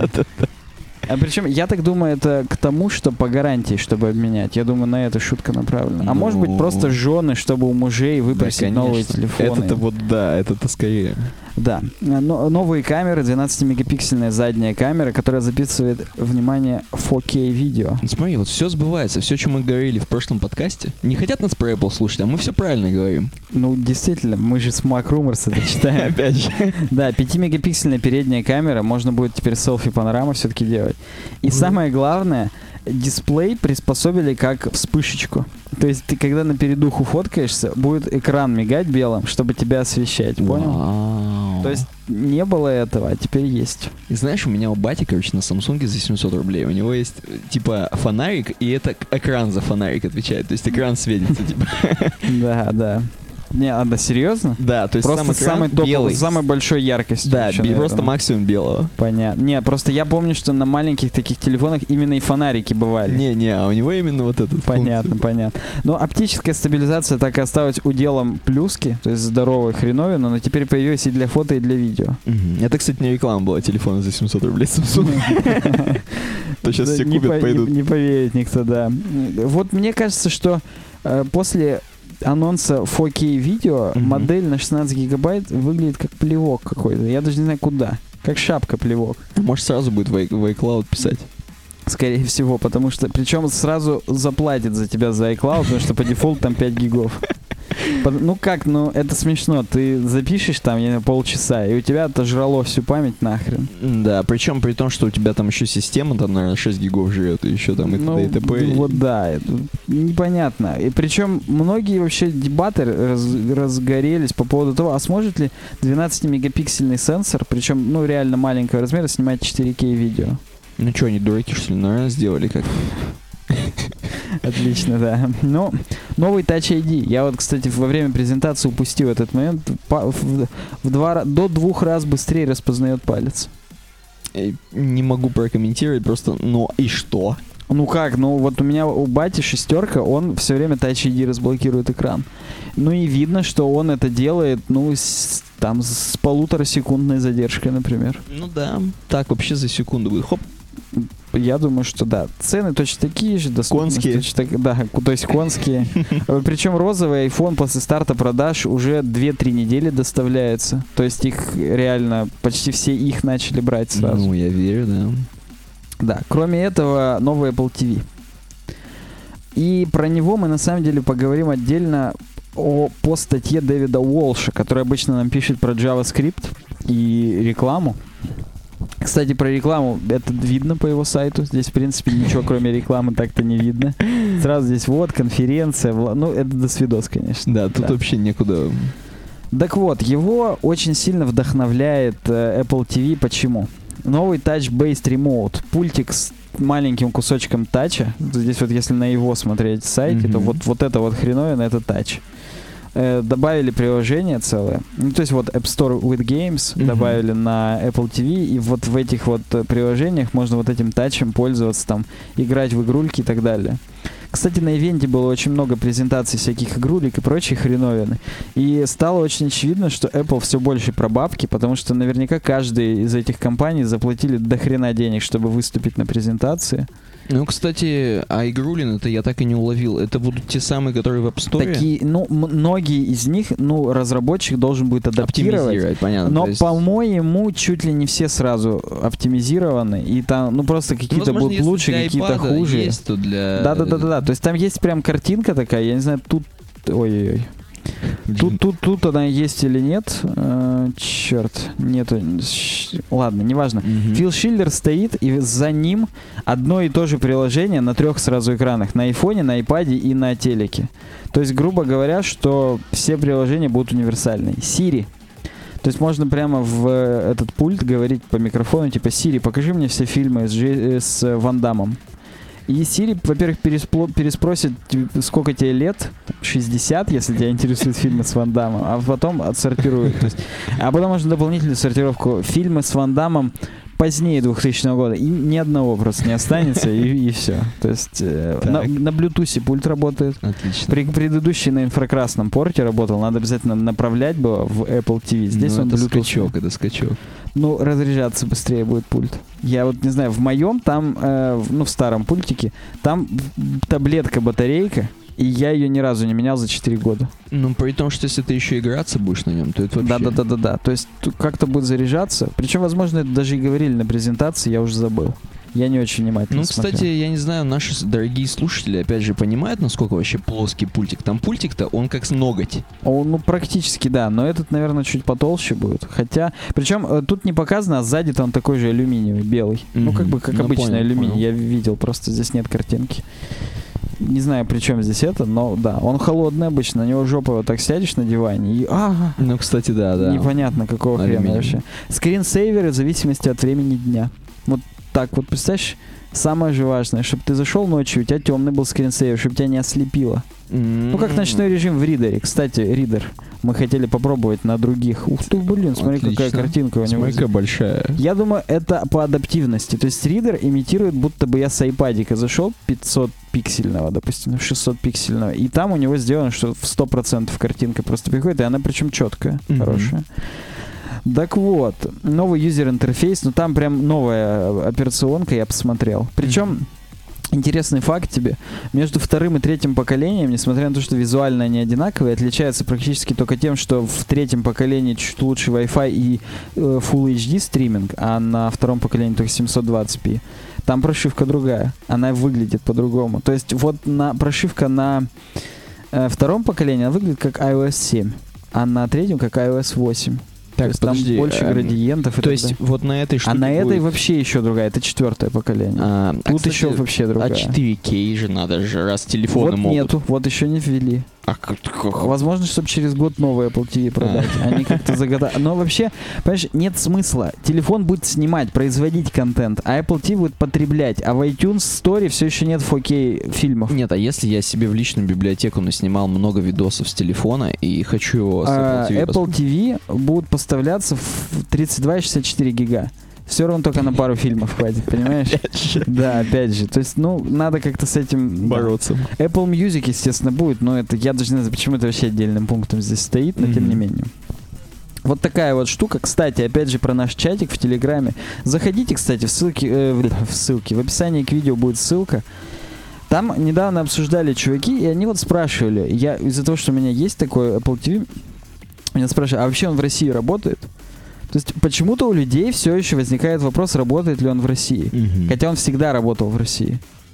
А причем, я так думаю, это к тому, что по гарантии, чтобы обменять. Я думаю, на это шутка направлена. А ну, может быть, просто жены, чтобы у мужей выпросить да, новые телефоны. Это-то вот, да, это-то скорее. Да. Но, новые камеры, двенадцатимегапиксельная задняя камера, которая записывает, внимание, фор кей видео. Смотри, вот все сбывается, все, о чем мы говорили в прошлом подкасте. Не хотят нас про Apple слушать, а мы все правильно говорим. Ну, действительно, мы же с MacRumors это читаем. Опять же. Да, пятимегапиксельная передняя камера, можно будет теперь селфи-панорама все-таки делать. И самое главное, дисплей приспособили как вспышечку. То есть ты, когда на передуху фоткаешься, будет экран мигать белым, чтобы тебя освещать, понял? Вау. То есть не было этого, а теперь есть. И знаешь, у меня у бати, короче, на Samsung за семьсот рублей, у него есть, типа, фонарик, и это экран за фонарик отвечает. То есть экран светится, типа. Да, да. Не, а да, серьезно? Да, то есть просто сам экран самый топ, белый. С самой большой яркостью. Да, еще, бе- просто максимум белого. Понятно. Не, просто я помню, что на маленьких таких телефонах именно и фонарики бывали. Не-не, а у него именно вот этот. Понятно, функцию. понятно. Но оптическая стабилизация так и осталась уделом плюски, то есть здоровой хреновины, но теперь появилась и для фото, и для видео. Угу. Это, кстати, не реклама была телефона за семьсот рублей Samsung. То сейчас все купят, пойдут. Не поверит никто, да. Вот мне кажется, что после анонса фор кей видео mm-hmm. модель на шестнадцать гигабайт выглядит как плевок какой-то. Я даже не знаю куда. Как шапка плевок. Может, сразу будет в iCloud писать? Скорее всего, потому что... Причем сразу заплатит за тебя за iCloud, потому что по дефолту там пять гигов. Ну как, ну это смешно. Ты запишешь там, я не знаю, полчаса, и у тебя отожрало всю память нахрен. Да, причем при том, что у тебя там еще система, там, наверное, шесть гигов жрет, и еще там и т.д. и т.п. Вот да, это непонятно. И причем многие вообще дебаттеры раз, разгорелись по поводу того, а сможет ли двенадцатимегапиксельный сенсор, причем, ну, реально маленького размера, снимать четыре кей видео. Ну что, они дураки, что ли, наверное, сделали как-то. Отлично, да. Ну, новый Touch ай ди. Я вот, кстати, во время презентации упустил этот момент. По, в, в два, до двух раз быстрее распознает палец. Не могу прокомментировать, просто, ну и что? Ну как, ну вот у меня у бати шестерка, он все время Touch ай ди разблокирует экран. Ну и видно, что он это делает, ну, с, там, с полуторасекундной задержкой, например. Ну да, так вообще за секунду будет, хоп. Я думаю, что да. Цены точно такие же. Конские. Точно, да, то есть конские. Причем розовый iPhone после старта продаж уже две-три недели доставляется. То есть их реально, почти все их начали брать сразу. Ну, я верю, да. Да, кроме этого, новый Apple ти ви. И про него мы на самом деле поговорим отдельно о, по статье Дэвида Уолша, который обычно нам пишет про JavaScript и рекламу. Кстати, про рекламу это видно по его сайту. Здесь, в принципе, ничего кроме рекламы так-то не видно. Сразу здесь вот, конференция. Вла... Ну, это досвидос, конечно. Да, тут да. вообще некуда. Так вот, его очень сильно вдохновляет э, Apple ти ви. Почему? Новый Touch-Based Remote. Пультик с маленьким кусочком тача. Здесь вот если на его смотреть сайте, mm-hmm. то вот, вот это вот хреновина, это тач. Э, добавили приложение целое. Ну, то есть вот App Store with Games mm-hmm. добавили на Apple ти ви, и вот в этих вот приложениях можно вот этим тачем пользоваться, там, играть в игрульки и так далее. Кстати, на ивенте было очень много презентаций всяких игрулек и прочей хреновины. И стало очень очевидно, что Apple все больше про бабки, потому что наверняка каждый из этих компаний заплатили до хрена денег, чтобы выступить на презентации. Ну, кстати, а игрулин, это я так и не уловил. Это будут те самые, которые в App Store? Такие, ну, многие из них, ну, разработчик должен будет адаптировать. Понятно. Но, есть... по-моему, чуть ли не все сразу оптимизированы. И там, ну, просто какие-то ну, будут лучше, какие-то хуже. Есть, то для... Да-да-да-да. То есть там есть прям картинка такая, я не знаю, тут... Ой-ой-ой. Тут, тут, тут она есть или нет? Э, черт, нету. Ладно, неважно. Mm-hmm. Фил Шиллер стоит, и за ним одно и то же приложение на трех сразу экранах. На айфоне, на айпаде и на телеке. То есть, грубо говоря, что все приложения будут универсальные. Siri. То есть можно прямо в этот пульт говорить по микрофону, типа Siri, покажи мне все фильмы с, Джей, с Ван Даммом. И Siri, во-первых, переспро- переспросит, сколько тебе лет, шестьдесят, если тебя интересуют фильмы с Ван Даммом, а потом отсортирует. То есть, а потом можно дополнительную сортировку. Фильмы с Ван Даммом позднее двухтысячного года, и ни одного просто не останется, и, и все. То есть э, на, на Bluetooth пульт работает. Отлично. При, предыдущий на инфракрасном порте работал, надо обязательно направлять было в Apple ти ви. Здесь ну, он это Bluetooth. скачок, это скачок. Ну, разряжаться быстрее будет пульт. Я вот не знаю, в моем там, э, в, ну, в старом пультике, там таблетка-батарейка, и я ее ни разу не менял за четыре года. Ну, при том, что если ты еще играться будешь на нем, то это вообще... Да-да-да-да-да. То есть как-то будет заряжаться. Причем, возможно, это даже и говорили на презентации, я уже забыл. Я не очень внимательно Ну, смотрел. кстати, я не знаю, наши дорогие слушатели, опять же, понимают, насколько вообще плоский пультик. Там пультик-то, он как с ноготь. Он, ну, практически, да. Но этот, наверное, чуть потолще будет. Хотя, причем тут не показано, а сзади-то он такой же алюминиевый, белый. Mm-hmm. Ну, как бы, как ну, обычный понял, алюминий. Понял. Я видел, просто здесь нет картинки. Не знаю, при чем здесь это, но да, он холодный обычно, на него жопа вот так сядешь на диване и... А, ну, кстати, да, да. Непонятно, какого хрена вообще. Скринсейверы в зависимости от времени дня. Вот так вот, представляешь, самое же важное, чтобы ты зашел ночью, у тебя темный был скринсейвер, чтобы тебя не ослепило. Mm-hmm. Ну, как ночной режим в ридере. Кстати, ридер мы хотели попробовать на других. Ух ты, блин, смотри, отлично. Какая картинка у него. Смотри, какая большая. Я думаю, это по адаптивности. То есть ридер имитирует, будто бы я с айпадика зашел пятьсот пиксельного, допустим, шестьсот пиксельного, и там у него сделано, что в сто процентов картинка просто приходит, и она причем четкая, mm-hmm. хорошая. Так вот, новый юзер-интерфейс, ну там прям новая операционка, я посмотрел. Причем, mm-hmm. интересный факт тебе, между вторым и третьим поколением, несмотря на то, что визуально они одинаковые, отличаются практически только тем, что в третьем поколении чуть лучше Wi-Fi и э, Full эйч ди стриминг, а на втором поколении только семьсот двадцать пи. Там прошивка другая, она выглядит по-другому. То есть вот на, прошивка на э, втором поколении она выглядит как ай о эс семь, а на третьем как ай о эс восемь. Так, то есть там больше а, градиентов. То есть далее. Вот на этой штуке А на будет... этой вообще еще другая. Это четвертое поколение. А, Тут а, кстати, еще вообще другая. А четыре кей же надо же, раз телефоны вот могут. Нету, вот еще не ввели. А как, как? Возможно, чтобы через год новый Apple ти ви продать. А. Они как-то загадали. Но вообще, понимаешь, нет смысла. Телефон будет снимать, производить контент, а Apple ти ви будет потреблять. А в iTunes Store все еще нет фор кей фильмов. Нет, а если я себе в личную библиотеку наснимал много видосов с телефона и хочу его с Apple ти ви... А, Apple ти ви будут поставляться в тридцать два и шестьдесят четыре гига. Все равно только на пару фильмов хватит, понимаешь? Да, опять же. То есть, ну, надо как-то с этим бороться. Да. Apple Music, естественно, будет, но это я даже не знаю, почему это вообще отдельным пунктом здесь стоит, но mm-hmm. тем не менее. Вот такая вот штука. Кстати, опять же, про наш чатик в Телеграме. Заходите, кстати, в ссылке, э, в ссылке. В описании к видео будет ссылка. Там недавно обсуждали чуваки, и они вот спрашивали, я из-за того, что у меня есть такой Apple ти ви, меня спрашивали, а вообще он в России работает? То есть почему-то у людей все еще возникает вопрос, работает ли он в России. Mm-hmm. Хотя он всегда работал в России.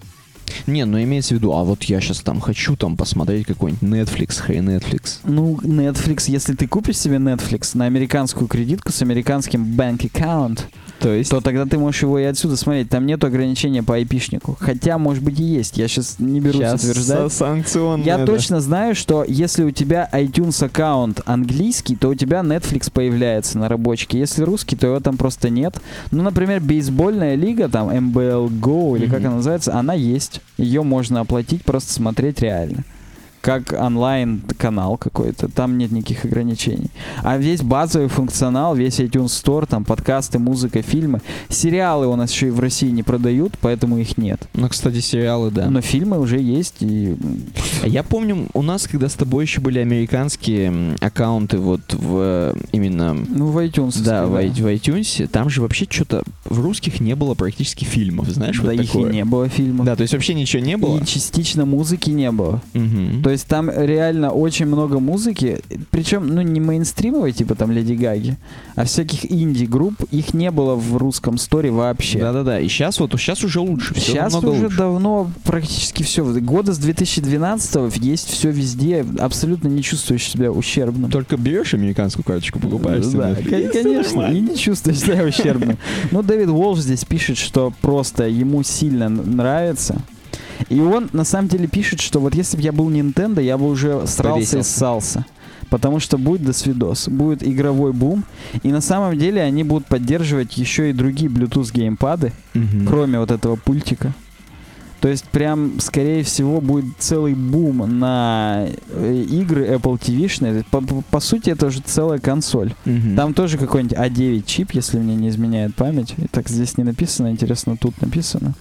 Не, ну имеется в виду, а вот я сейчас там хочу там посмотреть какой-нибудь Netflix, хей, Netflix. Ну, Netflix, если ты купишь себе Netflix на американскую кредитку с американским bank account, То есть? то тогда ты можешь его и отсюда смотреть. Там нету ограничения по айпишнику. Хотя, может быть, и есть. Я сейчас не берусь Сейчас утверждать. санкционно. Я это. точно знаю, что если у тебя iTunes аккаунт английский, то у тебя Netflix появляется на рабочке. Если русский, то его там просто нет. Ну, например, бейсбольная лига, там эм бэ эл Go, или Мгм. как она называется, она есть. Ее можно оплатить, просто смотреть реально. Как онлайн-канал какой-то. Там нет никаких ограничений. А весь базовый функционал, весь iTunes Store, там подкасты, музыка, фильмы. Сериалы у нас еще и в России не продают, поэтому их нет. Ну, кстати, сериалы, да. Но фильмы уже есть. И... А я помню, у нас, когда с тобой еще были американские м, аккаунты вот в э, именно... Ну, в iTunes. Да, в, i- в iTunes, там же вообще что-то в русских не было практически фильмов, знаешь, Да, вот их такое. и не было фильмов. Да, то есть вообще ничего не было. И частично музыки не было. Мгм. То есть там реально очень много музыки, причем, ну, не мейнстримовой, типа там Леди Гаги, а всяких инди-групп, их не было в русском сторе вообще. Да-да-да, и сейчас вот, сейчас уже лучше, все Сейчас намного уже лучше. давно практически все. Года с две тысячи двенадцатого есть все везде, абсолютно не чувствуешь себя ущербным. Только берешь американскую карточку, покупаешь себе Да, Netflix, кон- и всё конечно, нормально. и не чувствуешь себя ущербным. Но Дэвид Уолш здесь пишет, что просто ему сильно н- нравится. И он на самом деле пишет, что вот если бы я был Nintendo, я бы уже срался и Повесился. ссался. Потому что будет досвидос, будет игровой бум. И на самом деле они будут поддерживать еще и другие Bluetooth геймпады, Мгм. кроме вот этого пультика. То есть прям, скорее всего, будет целый бум на э, игры Apple ти ви-шные. По, по- по сути, это уже целая консоль. Мгм. Там тоже какой-нибудь а девять чип, если мне не изменяет память. И так здесь не написано, интересно, тут написано.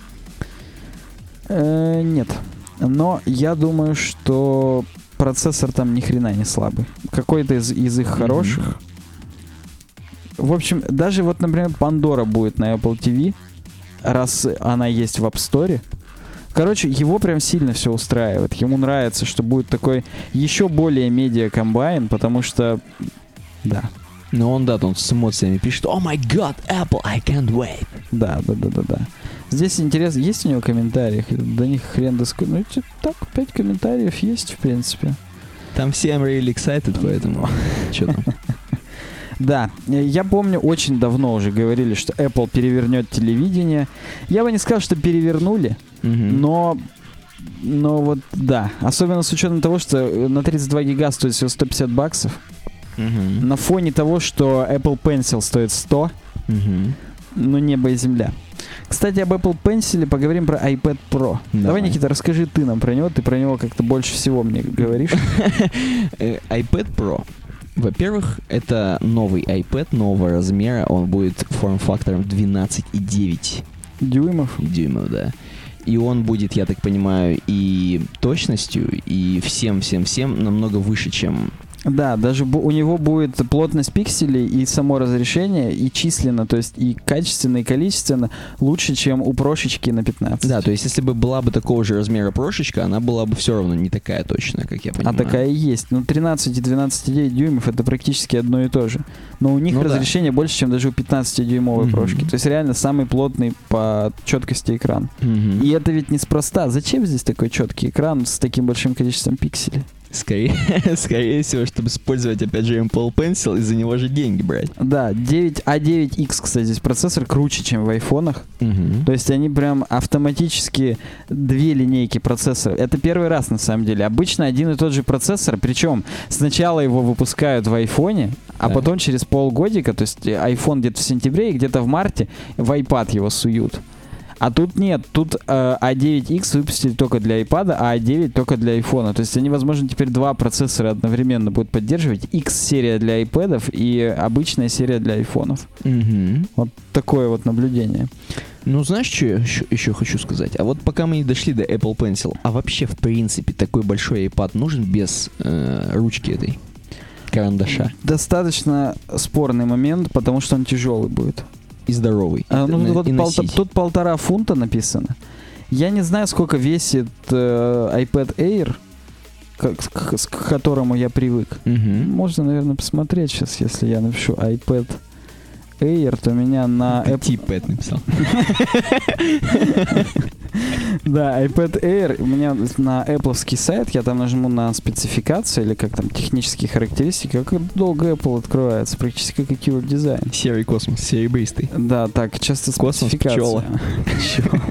Э, нет. Но я думаю, что процессор там ни хрена не слабый. Какой-то из, из их Мгм. хороших. В общем, даже вот, например, Pandora будет на Apple ти ви, раз она есть в App Store. Короче, его прям сильно все устраивает. Ему нравится, что будет такой еще более медиа-комбайн, потому что... Да. Но он, да, он с эмоциями пишет: «О май гад, Apple, I can't wait». Да, да, да, да, да. Здесь интересно, есть у него комментарии? До них хрен доску. Ну, типа, так, пять комментариев есть, в принципе. Там все I'm really excited, поэтому... Что там? Да, э, я помню, очень давно уже говорили, что Apple перевернет телевидение. Я бы не сказал, что перевернули, Мгм. но... Но вот, да. Особенно с учетом того, что э, на тридцать два гига стоит всего сто пятьдесят баксов. Мгм. На фоне того, что Apple Pencil стоит сто, Мгм. ну, небо и земля. Кстати, об Apple Pencil поговорим про iPad Pro. Давай, Давай. Никита, расскажи ты нам про него. Ты про него как-то больше всего мне говоришь. Э, iPad Pro. Во-первых, это новый iPad нового размера. Он будет форм-фактором двенадцать и девять Дюймов. дюймов, да. И он будет, я так понимаю, и точностью, и всем-всем-всем намного выше, чем... Да, даже бу- у него будет плотность пикселей и само разрешение, и численно, то есть и качественно, и количественно лучше, чем у прошечки на пятнадцать. Да, то есть если бы была бы такого же размера прошечка, она была бы все равно не такая точная, как я А понимаю. такая и есть. Ну, тринадцать и двенадцать и девять дюймов это практически одно и то же. Но у них Ну да. разрешение больше, чем даже у пятнадцатидюймовой Мгм. прошки. То есть реально самый плотный по четкости экран. Мгм. И это ведь неспроста. Зачем здесь такой четкий экран с таким большим количеством пикселей? Скорее, скорее всего, чтобы использовать, опять же, Apple Pencil и за него же деньги брать. Да, девять а девять икс, кстати, здесь процессор круче, чем в айфонах. Мгм. То есть они прям автоматически две линейки процессора. Это первый раз на самом деле. Обычно один и тот же процессор, причем сначала его выпускают в айфоне, а Так. потом через полгодика, то есть iPhone где-то в сентябре и где-то в марте в iPad его суют. А тут нет, тут э, а девять икс выпустили только для iPad, а а девять только для iPhone. То есть они, возможно, теперь два процессора одновременно будут поддерживать. X-серия для iPad'ов и обычная серия для айфонов. Мгм. Вот такое вот наблюдение. Ну, знаешь, что я еще, еще хочу сказать? А вот пока мы не дошли до Apple Pencil, а вообще, в принципе, такой большой iPad нужен без э, ручки этой, карандаша? Достаточно спорный момент, потому что он тяжелый будет. И здоровый. А, ну, И вот и полта- носить. тут полтора фунта написано. Я не знаю, сколько весит э, iPad Air, к, к- с- к которому я привык. Мгм. Можно, наверное, посмотреть сейчас, если я напишу iPad Air, то меня на Apple... Petit Pet написал. Да, iPad Air, у меня на Apple'ский сайт, я там нажму на спецификации, или как там, технические характеристики, как долго Apple открывается, практически как и веб-дизайн. Серый космос, серебристый. Да, так, часто Космос, спецификация. пчела. Пчела.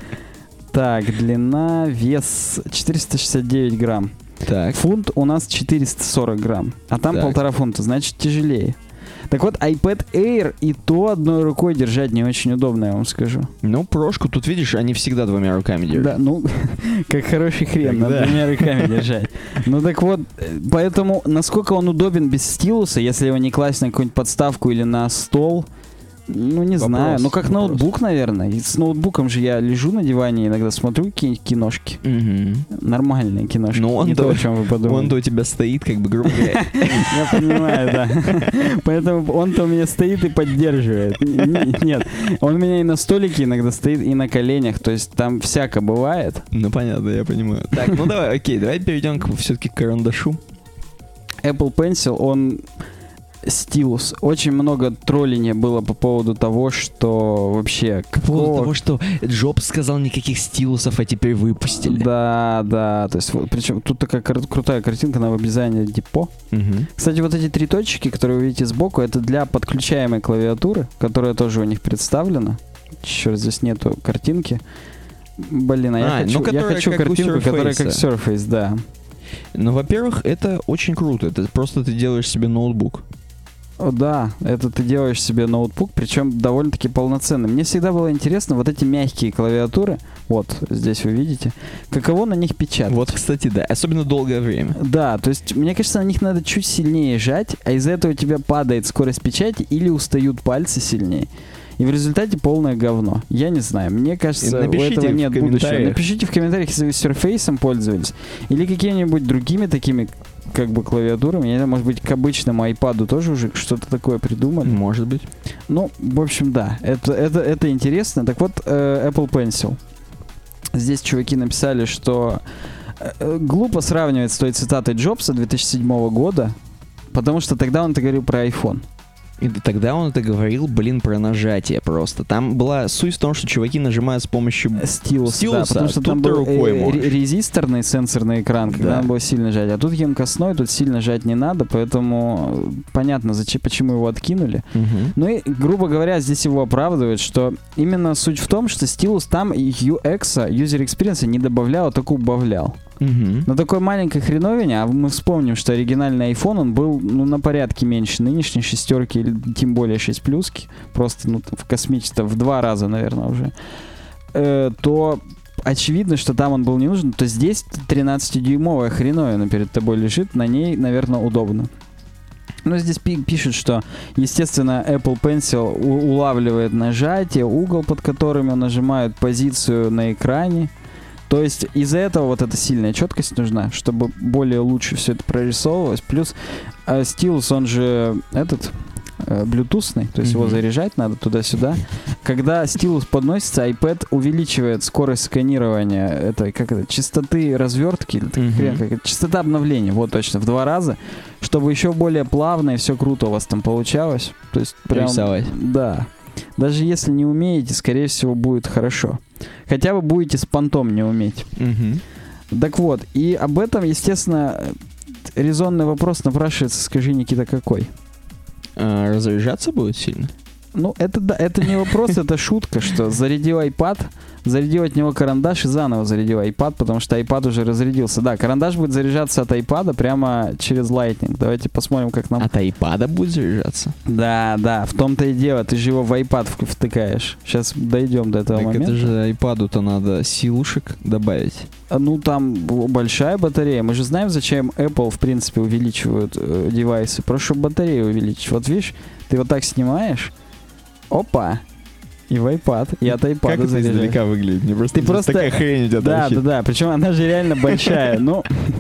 Так, длина, вес четыреста шестьдесят девять грамм. Так. Фунт у нас четыреста сорок грамм, а там Так. полтора фунта, значит тяжелее. Так вот, iPad Air и то одной рукой держать не очень удобно, я вам скажу. Ну, прошку, тут видишь, они всегда двумя руками держат. Да, ну, как хороший хрен, Так, надо да. двумя руками держать. Ну так вот, э, поэтому, насколько он удобен без стилуса, если его не класть на какую-нибудь подставку или на стол, ну, не Вопрос, знаю. Ну, как вопрос. ноутбук, наверное. И с ноутбуком же я лежу на диване, иногда смотрю какие-нибудь киношки. Мгм. Нормальные киношки. Ну, он не то- то, о чем вы подумали. Он-то у тебя стоит, как бы, грубо говоря. Я понимаю, да. Поэтому он-то у меня стоит и поддерживает. Н- Нет, он у меня и на столике иногда стоит, и на коленях. То есть там всяко бывает. Ну, понятно, я понимаю. Так, ну давай, окей, давай перейдем к, все-таки к карандашу. Apple Pencil, он стилус. Очень много тролления было по поводу того, что вообще... По поводу какого- того, что Джобс сказал никаких стилусов, а теперь выпустили. Да, да. То есть, вот, причем тут такая кар- крутая картинка на веб-дизайне Депо. Мгм. Кстати, вот эти три точки, которые вы видите сбоку, это для подключаемой клавиатуры, которая тоже у них представлена. Черт, здесь нету картинки. Блин, а я А, хочу, ну, я которая хочу как у картинку, которая как Surface. Surface, да. Ну, во-первых, это очень круто. Это просто ты делаешь себе ноутбук. О, да, это ты делаешь себе ноутбук, причем довольно-таки полноценный. Мне всегда было интересно, вот эти мягкие клавиатуры, вот здесь вы видите, каково на них печатать. Вот, кстати, да. Особенно долгое время. Да, то есть, мне кажется, на них надо чуть сильнее жать, а из-за этого у тебя падает скорость печати или устают пальцы сильнее. И в результате полное говно. Я не знаю, мне кажется, Напишите у этого в нет будущего. комментариях. Напишите в комментариях, если вы Surface пользовались, или какими-нибудь другими такими, как бы, клавиатурами. Я не знаю, может быть, к обычному iPad тоже уже что-то такое придумали. Может быть. Ну, в общем, да, это, это, это интересно. Так вот, э, Apple Pencil. Здесь чуваки написали, что э, глупо сравнивать с той цитатой Джобса две тысячи седьмого года, потому что тогда он это говорил про iPhone. И тогда он это говорил, блин, про нажатие просто. Там была суть в том, что чуваки нажимают с помощью... Стилус, Стилуса, да, потому что тут там ты был рукой э, можешь. ре- резисторный сенсорный экран, когда Да. надо было сильно жать. А тут емкостной, тут сильно жать не надо, поэтому э, понятно, зачем, почему его откинули. Мгм. Ну и, грубо говоря, здесь его оправдывают, что именно суть в том, что стилус там ю экс, user experience не добавлял, а только убавлял. Мгм. На такой маленькой хреновине, а мы вспомним, что оригинальный iPhone, он был, ну, на порядке меньше нынешней шестерки, или тем более шесть плюски, просто, ну, в космическом, в два раза, наверное, уже, э, то очевидно, что там он был не нужен, то здесь тринадцатидюймовая хреновина перед тобой лежит, на ней, наверное, удобно. Ну, здесь пи- пишут, что, естественно, Apple Pencil у- улавливает нажатие, угол, под которым он нажимает, позицию на экране. То есть из-за этого вот эта сильная четкость нужна, чтобы более лучше все это прорисовывалось. Плюс э, стилус, он же этот э, блютусный, то есть Мгм. его заряжать надо туда-сюда. Когда стилус подносится, iPad увеличивает скорость сканирования этой, как это, частоты развертки, или так Мгм. хрен, как это, частота обновления, вот точно, в два раза, чтобы еще более плавно и все круто у вас там получалось. То есть прям... Рисовать. Да. Даже если не умеете, скорее всего, будет хорошо. Хотя вы будете с понтом не уметь. Мгм. Так вот, и об этом, естественно, резонный вопрос напрашивается, скажи, Никита, какой? А, разряжаться будет сильно? Ну, это да, это не вопрос, это шутка, что зарядил iPad, зарядил от него карандаш и заново зарядил iPad, потому что iPad уже разрядился. Да, карандаш будет заряжаться от iPad прямо через Lightning. Давайте посмотрим, как нам... От айпада будет заряжаться? Да, да, в том-то и дело, ты же его в iPad в- втыкаешь. Сейчас дойдем до этого Так момента. это же айпаду-то надо силушек добавить. А, Ну, там б- большая батарея. Мы же знаем, зачем Apple, в принципе, увеличивают э, девайсы. Просто чтобы батарею увеличить. Вот видишь, ты вот так снимаешь, опа, и в iPad, и от iPad Как это заряжаешь. издалека выглядит? Мне просто, Ты просто- такая хрень у тебя Да, торчит. да, да. Причем она же реально большая. Ну,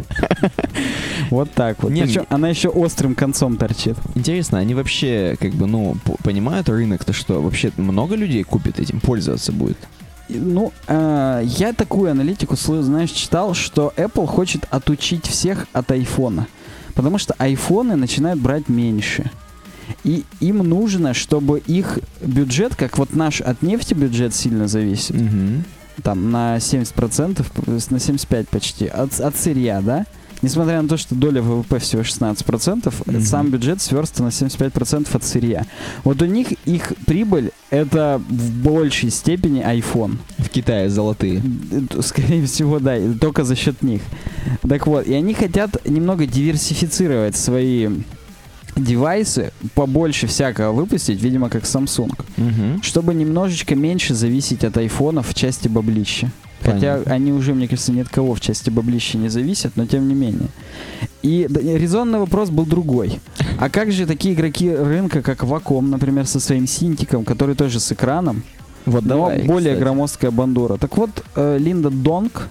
вот так вот. Не, Причем мне- она еще острым концом торчит. Интересно, они вообще, как бы, ну, п- понимают рынок-то, что вообще много людей купит этим, пользоваться будет? И, Ну, э, я такую аналитику, слы- знаешь, читал, что Apple хочет отучить всех от айфона. Потому что айфоны начинают брать меньше. И им нужно, чтобы их бюджет, как вот наш от нефти бюджет сильно зависит, Мгм. там на семьдесят процентов, на семьдесят пять процентов почти от, от сырья, да? Несмотря на то, что доля ВВП всего шестнадцать процентов, mm-hmm. сам бюджет сверстан на семьдесят пять процентов от сырья. Вот у них их прибыль — это в большей степени iPhone. В Китае золотые. Скорее всего, да, только за счет них. Так вот, и они хотят немного диверсифицировать свои девайсы, побольше всякого выпустить, видимо, как Samsung, mm-hmm. чтобы немножечко меньше зависеть от айфонов в части баблища. Хотя Понятно. Они уже, мне кажется, ни от кого в части баблища не зависят, но тем не менее. И резонный вопрос был другой. А как же такие игроки рынка, как Wacom, например, со своим синтиком, который тоже с экраном, вот но давай, более кстати. громоздкая бандура. Так вот, э, Линда Донг,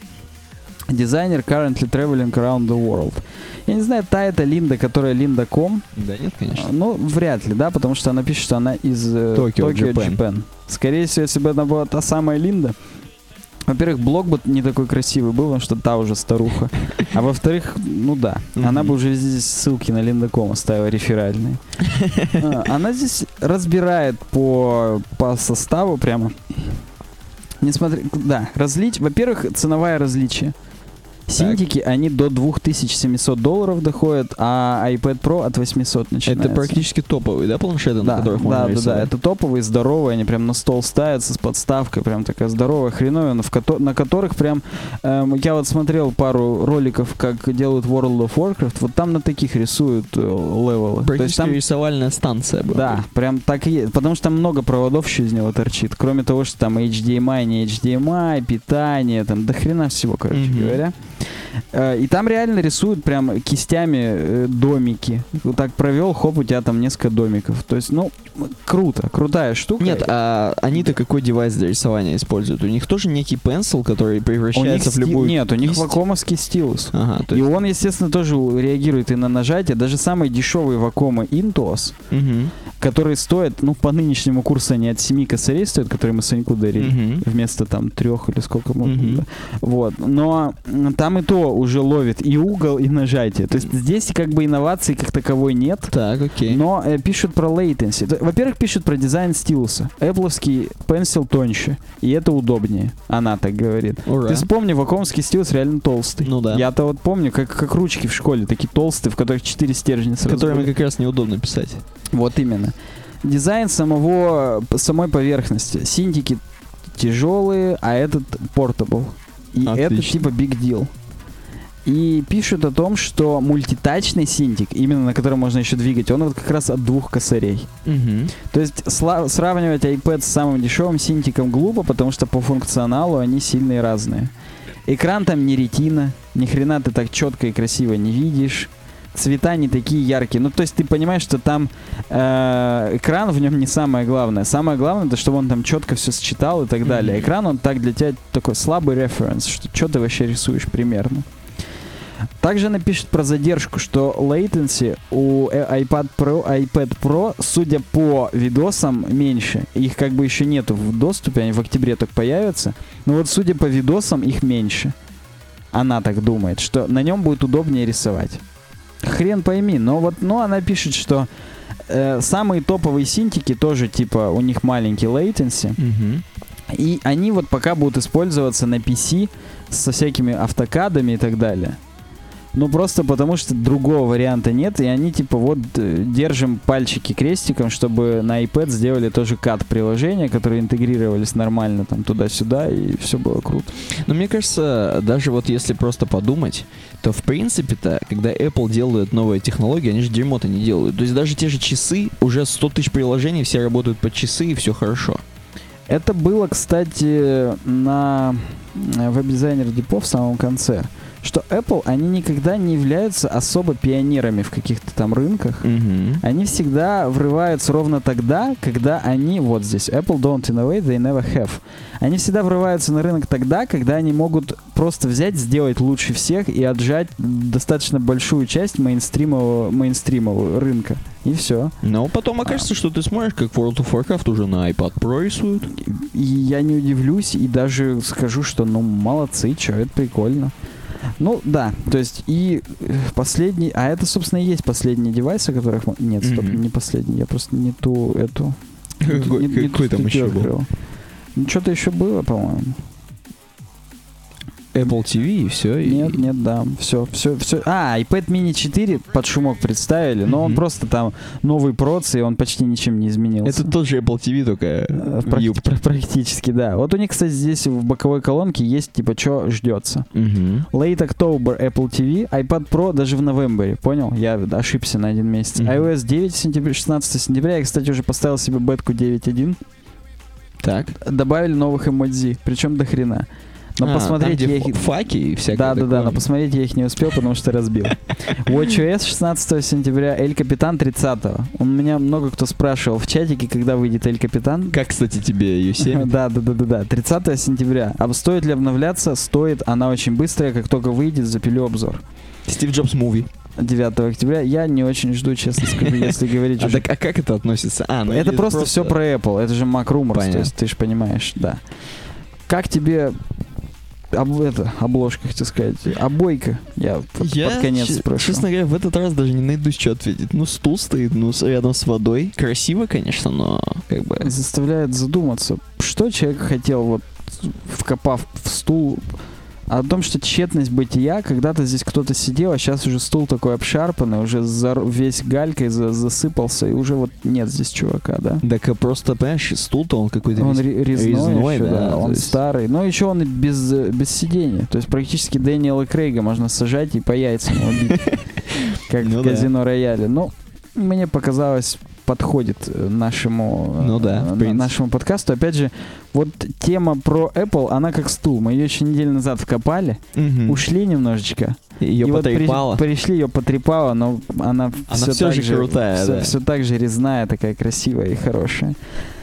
дизайнер currently traveling around the world. Я не знаю, та это Линда, которая Линда точка ком. Да нет, конечно. Ну, вряд ли, да, потому что она пишет, что она из Токио, Tokyo, Japan. Japan. Скорее всего, если бы это была та самая Линда, во-первых, блог бы не такой красивый был, потому что та уже старуха. А во-вторых, ну да, mm-hmm. она бы уже здесь ссылки на Линда точка ком оставила реферальные. Она здесь разбирает по, по составу прямо. Несмотря, да, различ... Во-первых, ценовое различие. Синтики, они до две тысячи семьсот долларов доходят, а iPad Pro от восемьсот начинается. Это практически топовые, да, планшеты, да, на которых да, можно да, рисовать? да, это топовые, здоровые, они прям на стол ставятся с подставкой, прям такая здоровая хреновина, в ко- на которых прям, эм, я вот смотрел пару роликов, как делают World of Warcraft, вот там на таких рисуют э, левелы. Практически То есть там рисовальная станция была. Да, прям так и есть, потому что там много проводов еще из него торчит, кроме того, что там эйч ди эм ай, не эйч ди эм ай, питание, там до хрена всего, короче mm-hmm. говоря. И там реально рисуют прям кистями э, домики. Вот так провел, хоп, у тебя там несколько домиков. То есть, ну, круто, крутая штука. Нет, а они-то какой девайс для рисования используют? У них тоже некий пенсил, который превращается в любую... Нет, у них вакомовский стилус. Ага, то и есть... он, естественно, тоже реагирует и на нажатие. Даже самые дешевые вакомы Intuos, угу. которые стоят, ну, по нынешнему курсу они от семи косарей стоят, которые мы Саньку дарили. Угу. Вместо там трех или сколько можно. Угу. Да. Вот. Но там и то уже ловит и угол, и нажатие. То есть здесь как бы инноваций как таковой нет. Так, окей. Но э, пишут про latency. Во-первых, пишут про дизайн стилуса. Apple'овский пенсил тоньше, и это удобнее. Она так говорит. Ура. Ты вспомни, вакомский стилус реально толстый. Ну да. Я-то вот помню, как, как ручки в школе, такие толстые, в которых четыре стержня сразу. Которыми были. Как раз неудобно писать. Вот именно. Дизайн самого, самой поверхности. Синтики тяжелые, а этот portable. И Отлично. это типа big deal. И пишут о том, что мультитачный синтик, именно на котором можно еще двигать, он вот как раз от двух косарей. Угу. То есть сла- сравнивать iPad с самым дешевым синтиком глупо, потому что по функционалу они сильные разные. Экран там не ретина, ни хрена ты так четко и красиво не видишь. Цвета не такие яркие. Ну, то есть ты понимаешь, что там э, экран в нем не самое главное. Самое главное, это чтобы он там четко все считал и так далее. Mm-hmm. Экран, он так для тебя такой слабый референс, что что ты вообще рисуешь примерно. Также она пишет про задержку, что latency у iPad Pro, iPad Pro, судя по видосам, меньше. Их как бы еще нету в доступе, они в октябре только появятся. Но вот судя по видосам, их меньше. Она так думает, что на нем будет удобнее рисовать. Хрен пойми, но вот, ну, она пишет, что э, самые топовые синтики тоже, типа, у них маленький latency. Mm-hmm. И они вот пока будут использоваться на пи си со всякими автокадами и так далее. Ну, просто потому что другого варианта нет, и они, типа, вот, держим пальчики крестиком, чтобы на iPad сделали тоже кат-приложения, которые интегрировались нормально там туда-сюда, и все было круто. Но мне кажется, даже вот если просто подумать, то, в принципе-то, когда Apple делает новые технологии, они же дерьмо-то не делают. То есть даже те же часы, уже сто тысяч приложений, все работают под часы, и все хорошо. Это было, кстати, на веб-дизайнер Депо в самом конце, что Apple, они никогда не являются особо пионерами в каких-то там рынках. Mm-hmm. Они всегда врываются ровно тогда, когда они, вот здесь, Apple don't innovate, they never have. Они всегда врываются на рынок тогда, когда они могут просто взять, сделать лучше всех и отжать достаточно большую часть мейнстримового, мейнстримового рынка. И все. Но потом окажется, а. что ты смотришь, как World of Warcraft уже на iPad Pro рисуют. И я не удивлюсь и даже скажу, что ну молодцы, что это прикольно. Ну, да, то есть и последний, а это, собственно, и есть последний девайс, о которых... Нет, стоп, mm-hmm. не последний, я просто не ту эту... Какой, не, не какой там еще был? Ну, что-то еще было, по-моему. Apple ти ви и все. Нет, нет, да, все, все, все. А, iPad mini четыре под шумок представили, но mm-hmm. он просто там новый проц, и он почти ничем не изменился. Это тот же Apple ти ви, только Практи- пр- Практически, да. Вот у них, кстати, здесь в боковой колонке есть, типа, что ждется. Mm-hmm. Late October Apple ти ви, iPad Pro даже в новембре, понял? Я ошибся на один месяц. Mm-hmm. iOS девять сентября, шестнадцатого сентября, я, кстати, уже поставил себе бетку девять точка один. Так. Добавили новых эмодзи, причем до хрена. Но а, посмотреть там, я их... факи и всякое Да, такое. да, да, но посмотреть я их не успел, потому что разбил. WatchOS шестнадцатого сентября, El Capitan тридцатого. У меня много кто спрашивал в чатике, когда выйдет El Capitan. Как, кстати, тебе ю семь? Да, да, да, да, да. тридцатого сентября. А стоит ли обновляться? Стоит. Она очень быстрая, как только выйдет, запилю обзор. Стив Джобс муви. девятого октября. Я не очень жду, честно скажу, если говорить а, уже. так, а как это относится? А, ну это просто, просто все про Apple. Это же Mac Rumors, Понятно. то есть ты же понимаешь, да. Как тебе об, это, обложка, хотел сказать, обойка? Я, Я под конец ч- спрошу. Честно говоря, в этот раз даже не найдусь, что ответить. Ну, стул стоит, ну, с- рядом с водой. Красиво, конечно, но как бы... Заставляет задуматься, что человек хотел, вот, вкопав в стул, о том, что тщетность бытия, когда-то здесь кто-то сидел, а сейчас уже стул такой обшарпанный, уже зар- весь галькой за- засыпался, и уже вот нет здесь чувака, да? Так а просто, понимаешь, стул-то он какой-то Он весь ре- резной, резной, еще, да, да, то он есть- старый, но еще он и без, э, без сидения, то есть практически Дэниела Крейга можно сажать и по яйцам убить, как Ну в да. казино Рояле. Ну, мне показалось, подходит э, нашему, Ну да, в э, принципе. нашему подкасту. Опять же, вот тема про Apple, она как стул. Мы ее еще неделю назад вкопали, Мгм. ушли немножечко. Ее и потрепало. Вот при- пришли, ее потрепало, но она, Она все, всё так же же крутая, все, да. все так же резная, такая красивая и хорошая.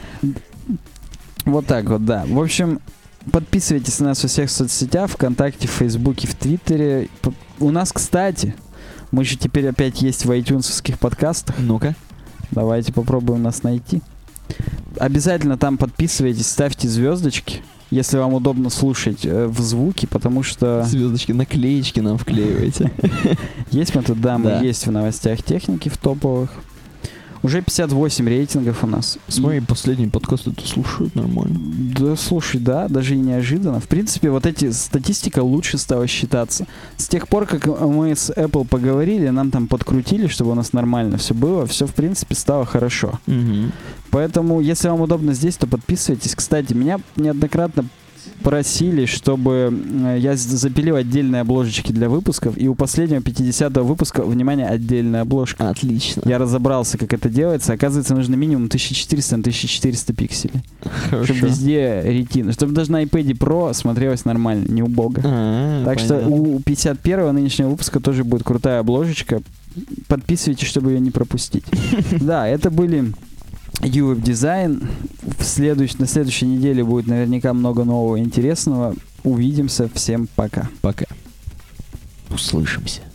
Вот так вот, да. В общем, подписывайтесь на нас во всех соцсетях, ВКонтакте, в Фейсбуке, в Твиттере. П- У нас, кстати, мы же теперь опять есть в iTunes-овских подкастах. Ну-ка. Давайте попробуем нас найти. Обязательно там подписывайтесь, ставьте звездочки, если вам удобно слушать э, в звуке, потому что Звездочки, наклеечки нам вклеивайте. есть мы тут, да, мы Да. есть в новостях техники, в топовых. Уже пятьдесят восемь рейтингов у нас. Смотри, последний подкаст это слушают нормально. Да, слушай, да, даже и неожиданно. В принципе, вот эти статистика лучше стала считаться. С тех пор, как мы с Apple поговорили, нам там подкрутили, чтобы у нас нормально все было, все, в принципе, стало хорошо. Угу. Поэтому, если вам удобно здесь, то подписывайтесь. Кстати, меня неоднократно просили, чтобы э, я з- запилил отдельные обложечки для выпусков, и у последнего пятидесятого выпуска, внимание, отдельная обложка. Отлично. Я разобрался, как это делается. Оказывается, нужно минимум тысяча четыреста на тысяча четыреста пикселей. Хорошо. Чтобы везде ретина. Чтобы даже на iPad Pro смотрелось нормально, не убого. А, Так что понятно. у пятьдесят первого нынешнего выпуска тоже будет крутая обложечка. Подписывайтесь, чтобы ее не пропустить. Да, это были YouWeb Design. В следующ... На следующей неделе будет наверняка много нового интересного. Увидимся. Всем пока. Пока. Услышимся.